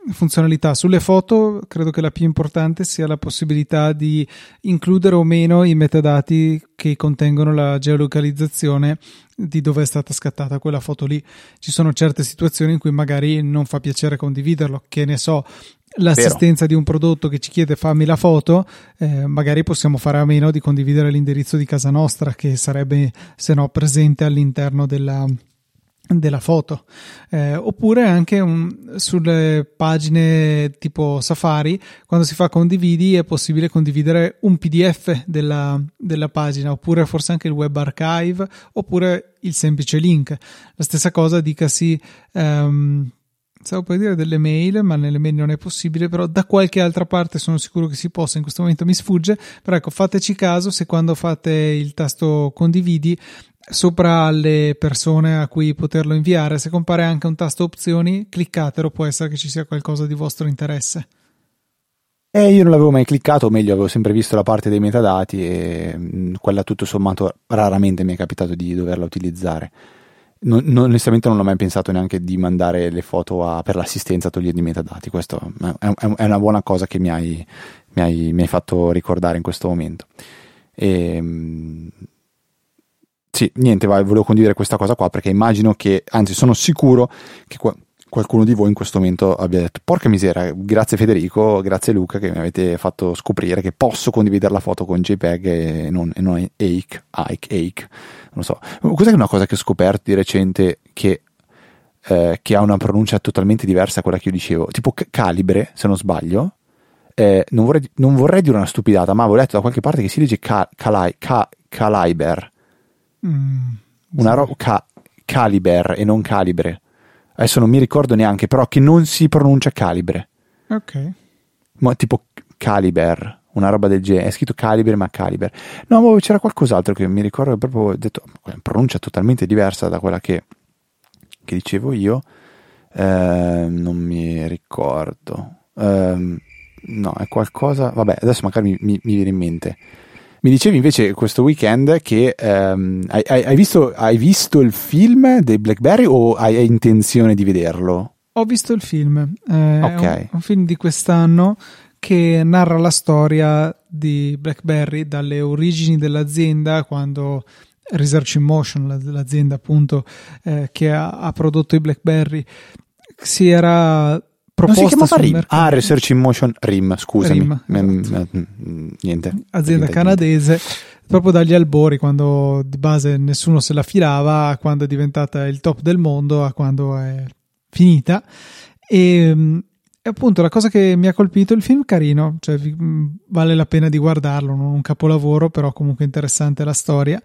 funzionalità. Sulle foto credo che la più importante sia la possibilità di includere o meno i metadati che contengono la geolocalizzazione di dove è stata scattata quella foto lì. Ci sono certe situazioni in cui magari non fa piacere condividerlo, che ne so, l'assistenza di un prodotto che ci chiede fammi la foto, magari possiamo fare a meno di condividere l'indirizzo di casa nostra, che sarebbe se no presente all'interno della foto, oppure anche sulle pagine tipo Safari, quando si fa condividi è possibile condividere un PDF della pagina, oppure forse anche il web archive, oppure il semplice link. La stessa cosa dicasi, stavo per dire delle mail, ma nelle mail non è possibile, però da qualche altra parte sono sicuro che si possa, in questo momento mi sfugge, però ecco, fateci caso se quando fate il tasto condividi sopra alle persone a cui poterlo inviare, se compare anche un tasto opzioni, cliccatelo, può essere che ci sia qualcosa di vostro interesse. Io non l'avevo mai cliccato, o meglio avevo sempre visto la parte dei metadati e quella tutto sommato raramente mi è capitato di doverla utilizzare. Onestamente non ho mai pensato neanche di mandare le foto per l'assistenza a togliere i metadati. Questo è una buona cosa che mi hai fatto ricordare in questo momento. Sì, niente, volevo condividere questa cosa qua perché immagino che, anzi sono sicuro che qualcuno di voi in questo momento abbia detto porca miseria, grazie Federico, grazie Luca che mi avete fatto scoprire che posso condividere la foto con JPEG e non AIC, non so. Cos'è una cosa che ho scoperto di recente che ha una pronuncia totalmente diversa da quella che io dicevo, tipo calibre, se non sbaglio. Non vorrei dire una stupidata, ma avevo letto da qualche parte che si legge caliber. Una roba caliber e non calibre. Adesso non mi ricordo neanche, però che non si pronuncia calibre. Ok. Ma tipo caliber, una roba del genere. È scritto calibre ma caliber. No, c'era qualcos'altro che mi ricordo, proprio ho detto pronuncia totalmente diversa da quella che dicevo io. Non mi ricordo. No, è qualcosa. Vabbè, adesso magari mi viene in mente. Mi dicevi invece questo weekend che hai visto il film dei BlackBerry o hai intenzione di vederlo? Ho visto il film, Okay. è un film di quest'anno che narra la storia di BlackBerry dalle origini dell'azienda, quando Research in Motion, l'azienda appunto che ha prodotto i BlackBerry, si era proposta non si chiamava sul RIM? mercato. Research in Motion RIM, scusami. RIM, esatto. Niente. Azienda canadese, proprio dagli albori, quando di base nessuno se la filava, a quando è diventata il top del mondo, a quando è finita. E appunto la cosa che mi ha colpito, il film carino, cioè vale la pena di guardarlo, non un capolavoro, però comunque interessante la storia.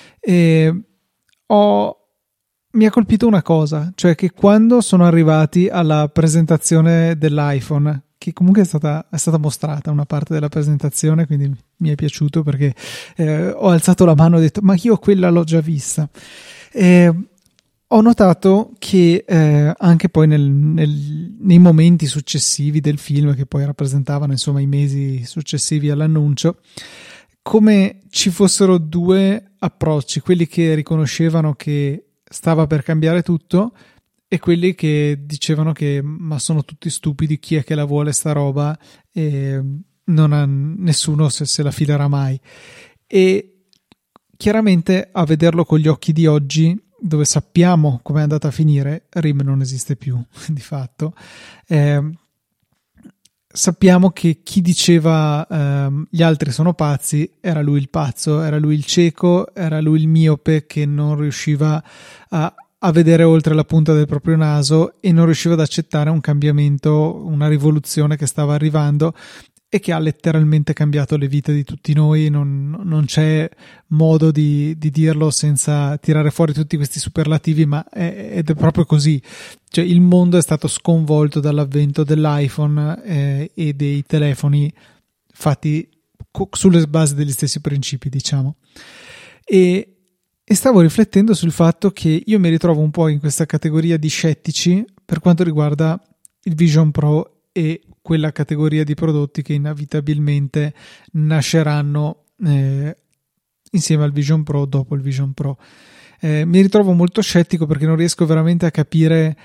Mi ha colpito una cosa, cioè che quando sono arrivati alla presentazione dell'iPhone, che comunque è stata mostrata una parte della presentazione, quindi mi è piaciuto perché ho alzato la mano e ho detto ma io quella l'ho già vista. Ho notato che anche poi nei momenti successivi del film, che poi rappresentavano insomma i mesi successivi all'annuncio, come ci fossero due approcci, quelli che riconoscevano che stava per cambiare tutto e quelli che dicevano che ma sono tutti stupidi, chi è che la vuole sta roba, e nessuno se la filerà mai. E chiaramente a vederlo con gli occhi di oggi, dove sappiamo come è andata a finire, RIM non esiste più di fatto. Sappiamo che chi diceva gli altri sono pazzi era lui il pazzo, era lui il cieco, era lui il miope che non riusciva a vedere oltre la punta del proprio naso e non riusciva ad accettare un cambiamento, una rivoluzione che stava arrivando e che ha letteralmente cambiato le vite di tutti noi. Non c'è modo di dirlo senza tirare fuori tutti questi superlativi, ma ed è proprio così. Cioè, il mondo è stato sconvolto dall'avvento dell'iPhone e dei telefoni fatti sulle basi degli stessi principi, diciamo. E stavo riflettendo sul fatto che io mi ritrovo un po' in questa categoria di scettici per quanto riguarda il Vision Pro e quella categoria di prodotti che inevitabilmente nasceranno insieme al Vision Pro, dopo il Vision Pro. Mi ritrovo molto scettico perché non riesco veramente a capire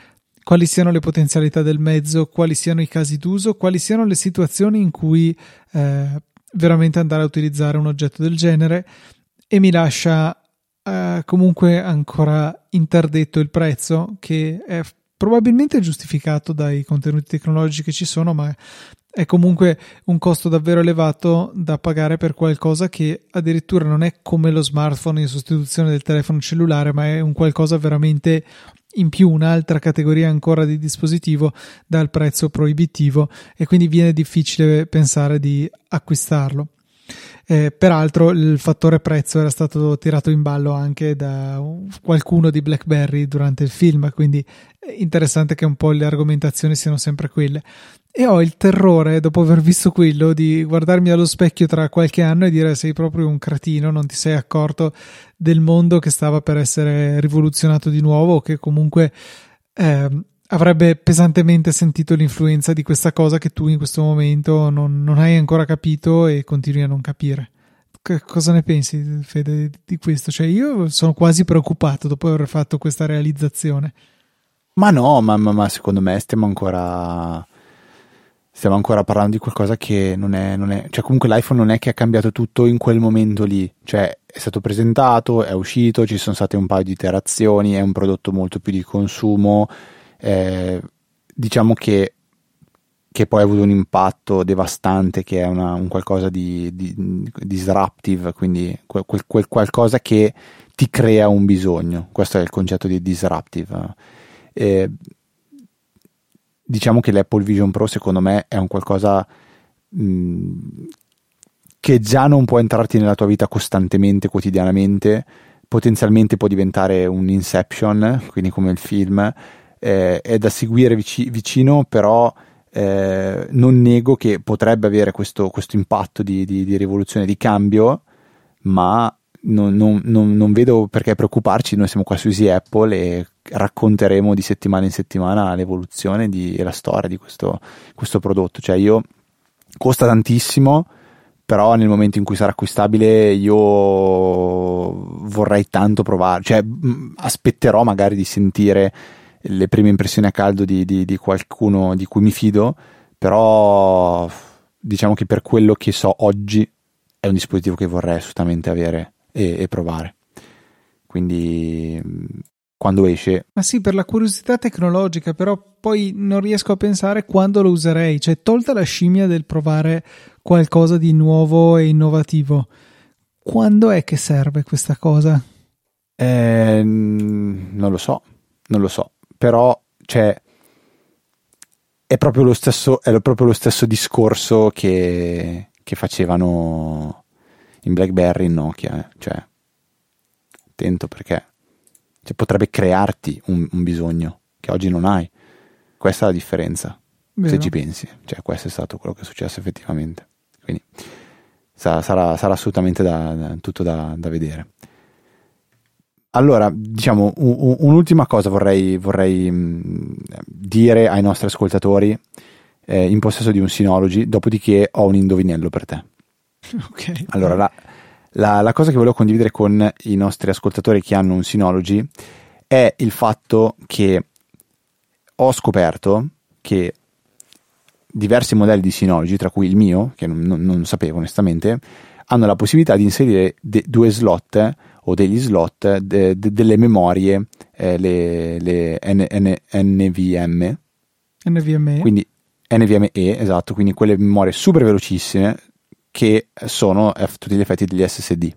quali siano le potenzialità del mezzo, quali siano i casi d'uso, quali siano le situazioni in cui veramente andare a utilizzare un oggetto del genere, e mi lascia comunque ancora interdetto il prezzo, che è probabilmente giustificato dai contenuti tecnologici che ci sono, ma è comunque un costo davvero elevato da pagare per qualcosa che addirittura non è come lo smartphone in sostituzione del telefono cellulare, ma è un qualcosa veramente in più, un'altra categoria ancora di dispositivo dal prezzo proibitivo, e quindi viene difficile pensare di acquistarlo. Peraltro il fattore prezzo era stato tirato in ballo anche da qualcuno di BlackBerry durante il film, quindi è interessante che un po' le argomentazioni siano sempre quelle. E ho il terrore, dopo aver visto quello, di guardarmi allo specchio tra qualche anno e dire: sei proprio un cretino, non ti sei accorto del mondo che stava per essere rivoluzionato di nuovo, o che comunque avrebbe pesantemente sentito l'influenza di questa cosa che tu in questo momento non hai ancora capito e continui a non capire. Cosa ne pensi, Fede, di questo? Cioè, io sono quasi preoccupato dopo aver fatto questa realizzazione. Ma no, ma secondo me stiamo ancora parlando di qualcosa che non è, cioè comunque l'iPhone non è che ha cambiato tutto in quel momento lì, cioè è stato presentato, è uscito, ci sono state un paio di iterazioni, è un prodotto molto più di consumo. Diciamo che poi ha avuto un impatto devastante, che è un qualcosa di disruptive, quindi quel qualcosa che ti crea un bisogno. Questo è il concetto di disruptive. Diciamo che l'Apple Vision Pro secondo me è un qualcosa che già non può entrarti nella tua vita costantemente, quotidianamente, potenzialmente può diventare un Inception, quindi come il film. È da seguire vicino, però non nego che potrebbe avere questo impatto di rivoluzione, di cambio, ma non vedo perché preoccuparci. Noi siamo qua su Easy Apple e racconteremo di settimana in settimana l'evoluzione e la storia di questo prodotto. Cioè, costa tantissimo, però nel momento in cui sarà acquistabile io vorrei tanto provare, cioè aspetterò magari di sentire le prime impressioni a caldo di qualcuno di cui mi fido, però diciamo che per quello che so oggi è un dispositivo che vorrei assolutamente avere e provare. Quindi quando esce... Ma sì, per la curiosità tecnologica, però poi non riesco a pensare quando lo userei, cioè tolta la scimmia del provare qualcosa di nuovo e innovativo, quando è che serve questa cosa? Non lo so, però cioè, è proprio lo stesso discorso che facevano in BlackBerry, in Nokia, cioè attento, perché cioè, potrebbe crearti un bisogno che oggi non hai. Questa è la differenza. Vero. Se ci pensi, cioè questo è stato quello che è successo effettivamente, quindi sarà assolutamente tutto da vedere. Allora, diciamo, un'ultima cosa vorrei dire ai nostri ascoltatori in possesso di un Synology, dopodiché ho un indovinello per te. Ok. Allora, la cosa che volevo condividere con i nostri ascoltatori che hanno un Synology è il fatto che ho scoperto che diversi modelli di Synology, tra cui il mio, che non sapevo onestamente, hanno la possibilità di inserire due slot o degli slot delle memorie, le NVMe. Quindi NVMe, esatto, quindi quelle memorie super velocissime che sono a tutti gli effetti degli SSD.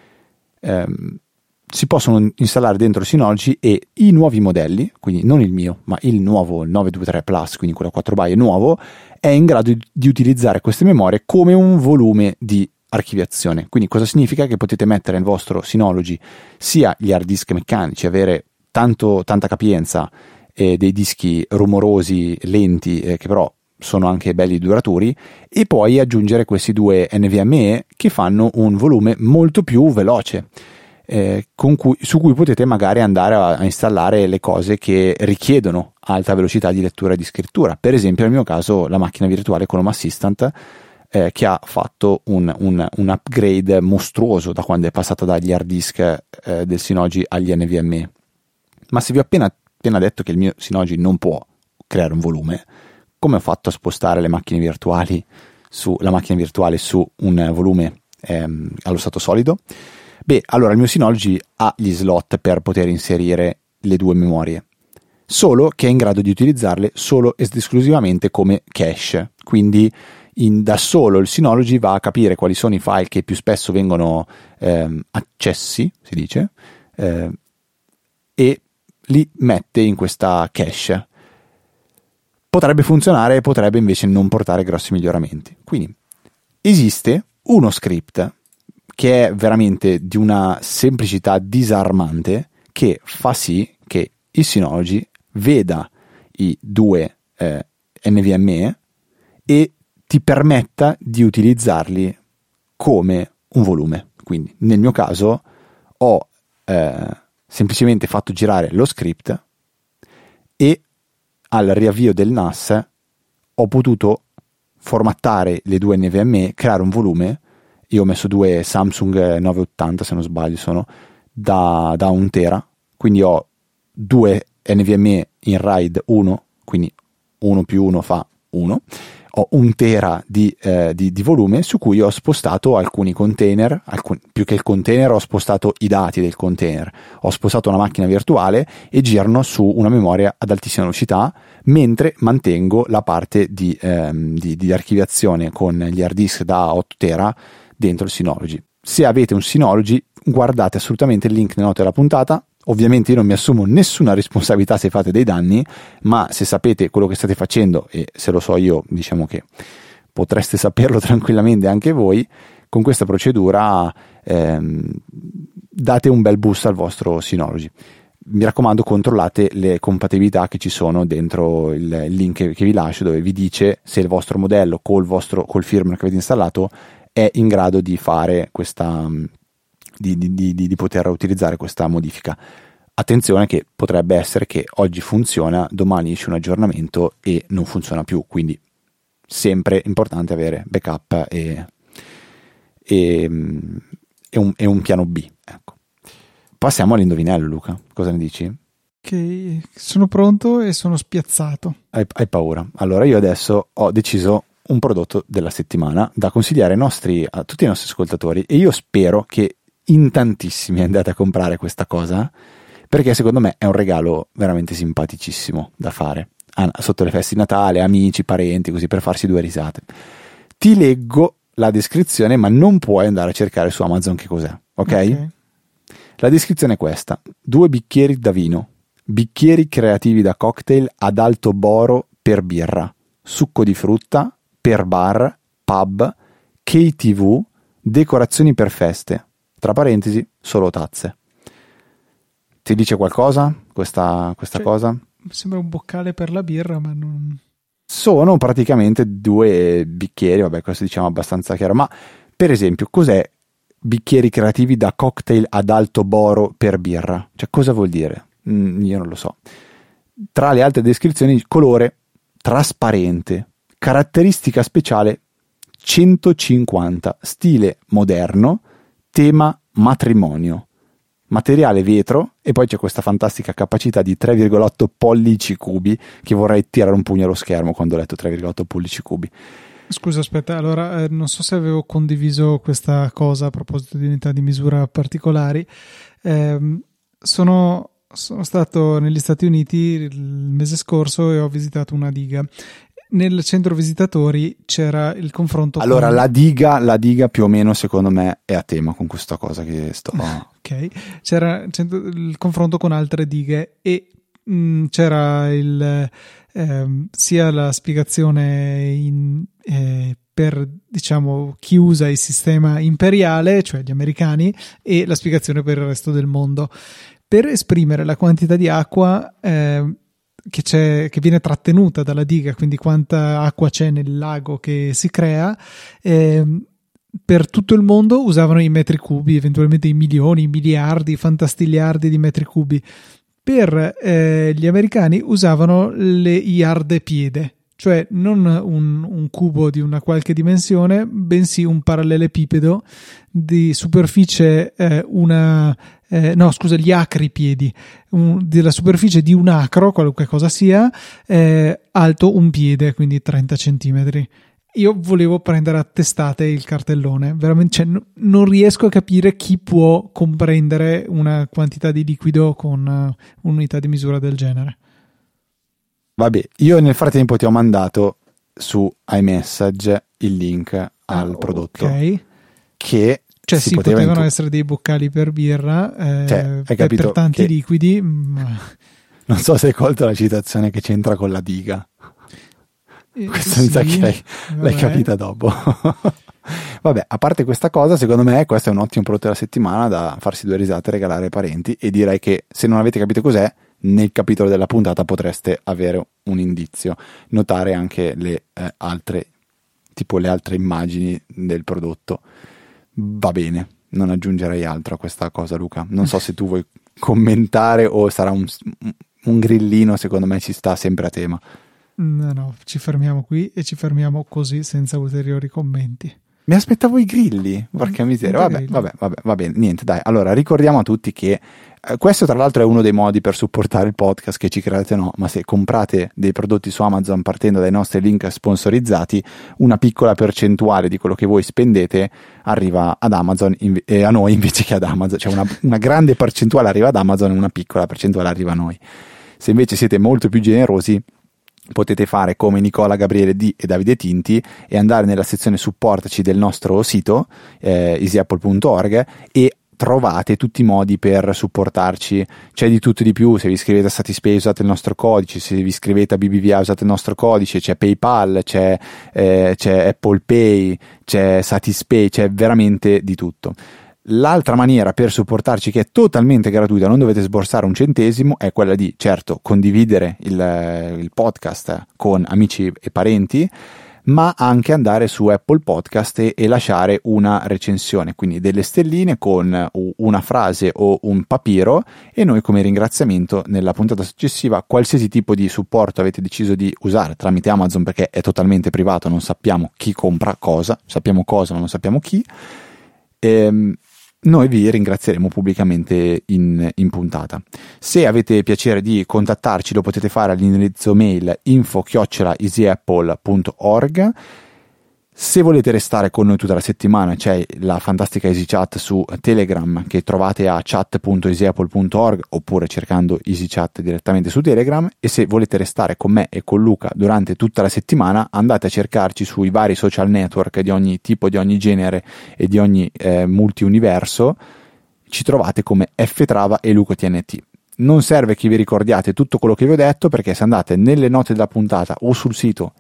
Si possono installare dentro Synology, e i nuovi modelli, quindi non il mio, ma il nuovo, il 923 Plus, quindi quello a 4 by nuovo, è in grado di utilizzare queste memorie come un volume di archiviazione. Quindi cosa significa? Che potete mettere nel vostro Synology sia gli hard disk meccanici, avere tanta capienza, dei dischi rumorosi, lenti, che però sono anche belli duraturi, e poi aggiungere questi due NVMe che fanno un volume molto più veloce, su cui potete magari andare a installare le cose che richiedono alta velocità di lettura e di scrittura. Per esempio, nel mio caso, la macchina virtuale con Home Assistant, che ha fatto un upgrade mostruoso da quando è passata dagli hard disk del Synology agli NVMe. Ma se vi ho appena appena detto che il mio Synology non può creare un volume, come ho fatto a spostare la macchina virtuale su un volume allo stato solido? Beh, allora il mio Synology ha gli slot per poter inserire le due memorie, solo che è in grado di utilizzarle solo ed esclusivamente come cache, quindi da solo il Synology va a capire quali sono i file che più spesso vengono accessi, si dice, e li mette in questa cache. Potrebbe funzionare, potrebbe invece non portare grossi miglioramenti. Quindi esiste uno script che è veramente di una semplicità disarmante, che fa sì che il Synology veda i due NVMe e ti permetta di utilizzarli come un volume. Quindi nel mio caso ho semplicemente fatto girare lo script e al riavvio del NAS ho potuto formattare le due NVMe, creare un volume. Io ho messo due Samsung 980, se non sbaglio, sono da 1 tera, quindi ho due NVMe in RAID 1, quindi 1 più 1 fa 1. Ho 1 tera di volume su cui ho spostato alcuni container, più che il container ho spostato i dati del container, ho spostato una macchina virtuale e girano su una memoria ad altissima velocità, mentre mantengo la parte di archiviazione con gli hard disk da 8 tera dentro il Synology. Se avete un Synology, guardate assolutamente il link nelle note della puntata. Ovviamente io non mi assumo nessuna responsabilità se fate dei danni, ma se sapete quello che state facendo, e se lo so io, diciamo che potreste saperlo tranquillamente anche voi, con questa procedura date un bel boost al vostro Synology. Mi raccomando, controllate le compatibilità che ci sono dentro il link che vi lascio, dove vi dice se il vostro modello col firmware che avete installato è in grado di fare questa di poter utilizzare questa modifica. Attenzione che potrebbe essere che oggi funziona, domani esce un aggiornamento e non funziona più, quindi sempre importante avere backup e un piano B, ecco. Passiamo all'indovinello, Luca, cosa ne dici? Che sono pronto e sono spiazzato. Hai paura? Allora io adesso ho deciso un prodotto della settimana da consigliare a tutti i nostri ascoltatori, e io spero che in tantissimi andate a comprare questa cosa, perché secondo me è un regalo veramente simpaticissimo da fare sotto le feste di Natale, amici, parenti, così, per farsi 2 risate. Ti leggo la descrizione, ma non puoi andare a cercare su Amazon che cos'è, ok? La descrizione è questa: 2 bicchieri da vino, bicchieri creativi da cocktail ad alto boro per birra, succo di frutta per bar, pub, KTV, decorazioni per feste, tra parentesi solo tazze. Ti dice qualcosa questa cosa? Mi sembra un boccale per la birra, ma non... Sono praticamente 2 bicchieri, vabbè, questo diciamo abbastanza chiaro, ma per esempio cos'è bicchieri creativi da cocktail ad alto boro per birra? Cioè, cosa vuol dire? Io non lo so. Tra le altre descrizioni: colore trasparente, caratteristica speciale 150, stile moderno, tema matrimonio, materiale vetro, e poi c'è questa fantastica capacità di 3,8 pollici cubi, che vorrei tirare un pugno allo schermo quando ho letto 3,8 pollici cubi. Scusa, aspetta, allora non so se avevo condiviso questa cosa a proposito di unità di misura particolari. Sono stato negli Stati Uniti il mese scorso e ho visitato una diga. Nel centro visitatori c'era il confronto. Allora, la diga più o meno, secondo me, è a tema con questa cosa che sto... Ok, c'era il confronto con altre dighe e c'era sia la spiegazione per, diciamo, chi usa il sistema imperiale, cioè gli americani, e la spiegazione per il resto del mondo. Per esprimere la quantità di acqua che viene trattenuta dalla diga, quindi quanta acqua c'è nel lago che si crea, per tutto il mondo usavano i metri cubi, eventualmente i milioni, i miliardi, i fantastiliardi di metri cubi. Per gli americani usavano i yard piede, cioè non un cubo di una qualche dimensione, bensì un parallelepipedo di superficie gli acripiedi, della superficie di un acro, qualunque cosa sia, alto un piede, quindi 30 centimetri. Io volevo prendere a testate il cartellone, veramente, cioè, non riesco a capire chi può comprendere una quantità di liquido con un'unità di misura del genere. Vabbè, io nel frattempo ti ho mandato su iMessage il link al prodotto, che cioè si potevano essere dei boccali per birra, hai capito, per tanti liquidi. Non so se hai colto la citazione che c'entra con la diga. Questo mi sa che l'hai capita dopo. Vabbè, a parte questa cosa, secondo me questo è un ottimo prodotto della settimana da farsi 2 risate e regalare ai parenti, e direi che se non avete capito cos'è, nel capitolo della puntata potreste avere un indizio, notare anche le altre immagini del prodotto. Va bene, non aggiungerei altro a questa cosa, Luca. Non so se tu vuoi commentare o sarà un grillino, secondo me ci sta sempre a tema. No, ci fermiamo qui e ci fermiamo così senza ulteriori commenti. Mi aspettavo i grilli, porca miseria. Vabbè, va bene, niente, dai. Allora, ricordiamo a tutti che questo tra l'altro è uno dei modi per supportare il podcast, che ci credete o no, ma se comprate dei prodotti su Amazon partendo dai nostri link sponsorizzati, una piccola percentuale di quello che voi spendete arriva ad Amazon a noi invece che ad Amazon, cioè una grande percentuale arriva ad Amazon e una piccola percentuale arriva a noi. Se invece siete molto più generosi, potete fare come Nicola, Gabriele D e Davide Tinti e andare nella sezione supportaci del nostro sito easyapple.org e trovate tutti i modi per supportarci. C'è di tutto e di più. Se vi iscrivete a Satispay usate il nostro codice, se vi iscrivete a BBVA usate il nostro codice, c'è PayPal, c'è Apple Pay, c'è Satispay, c'è veramente di tutto. L'altra maniera per supportarci, che è totalmente gratuita, non dovete sborsare un centesimo, è quella di, certo, condividere il podcast con amici e parenti, ma anche andare su Apple Podcast e lasciare una recensione, quindi delle stelline con una frase o un papiro, e noi come ringraziamento nella puntata successiva, qualsiasi tipo di supporto avete deciso di usare tramite Amazon, perché è totalmente privato, non sappiamo chi compra cosa, sappiamo cosa ma non sappiamo chi, noi vi ringrazieremo pubblicamente in puntata. Se avete piacere di contattarci lo potete fare all'indirizzo mail info@easyapple.org. Se volete restare con noi tutta la settimana c'è la fantastica EasyChat su Telegram, che trovate a chat.easyapple.org oppure cercando EasyChat direttamente su Telegram, e se volete restare con me e con Luca durante tutta la settimana andate a cercarci sui vari social network di ogni tipo, di ogni genere e di ogni multiuniverso. Ci trovate come Ftrava e Luca TNT. Non serve che vi ricordiate tutto quello che vi ho detto, perché se andate nelle note della puntata o sul sito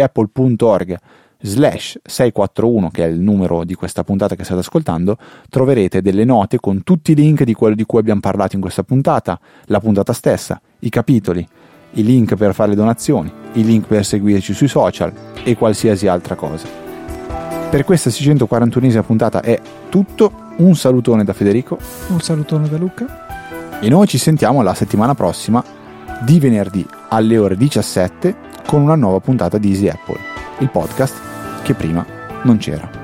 easyapple.org/641, che è il numero di questa puntata che state ascoltando, troverete delle note con tutti i link di quello di cui abbiamo parlato in questa puntata, la puntata stessa, i capitoli, i link per fare le donazioni, i link per seguirci sui social e qualsiasi altra cosa. Per questa 641esima puntata è tutto. Un salutone da Federico, un salutone da Luca, e noi ci sentiamo la settimana prossima di venerdì alle ore 17 con una nuova puntata di Easy Apple, il podcast che prima non c'era.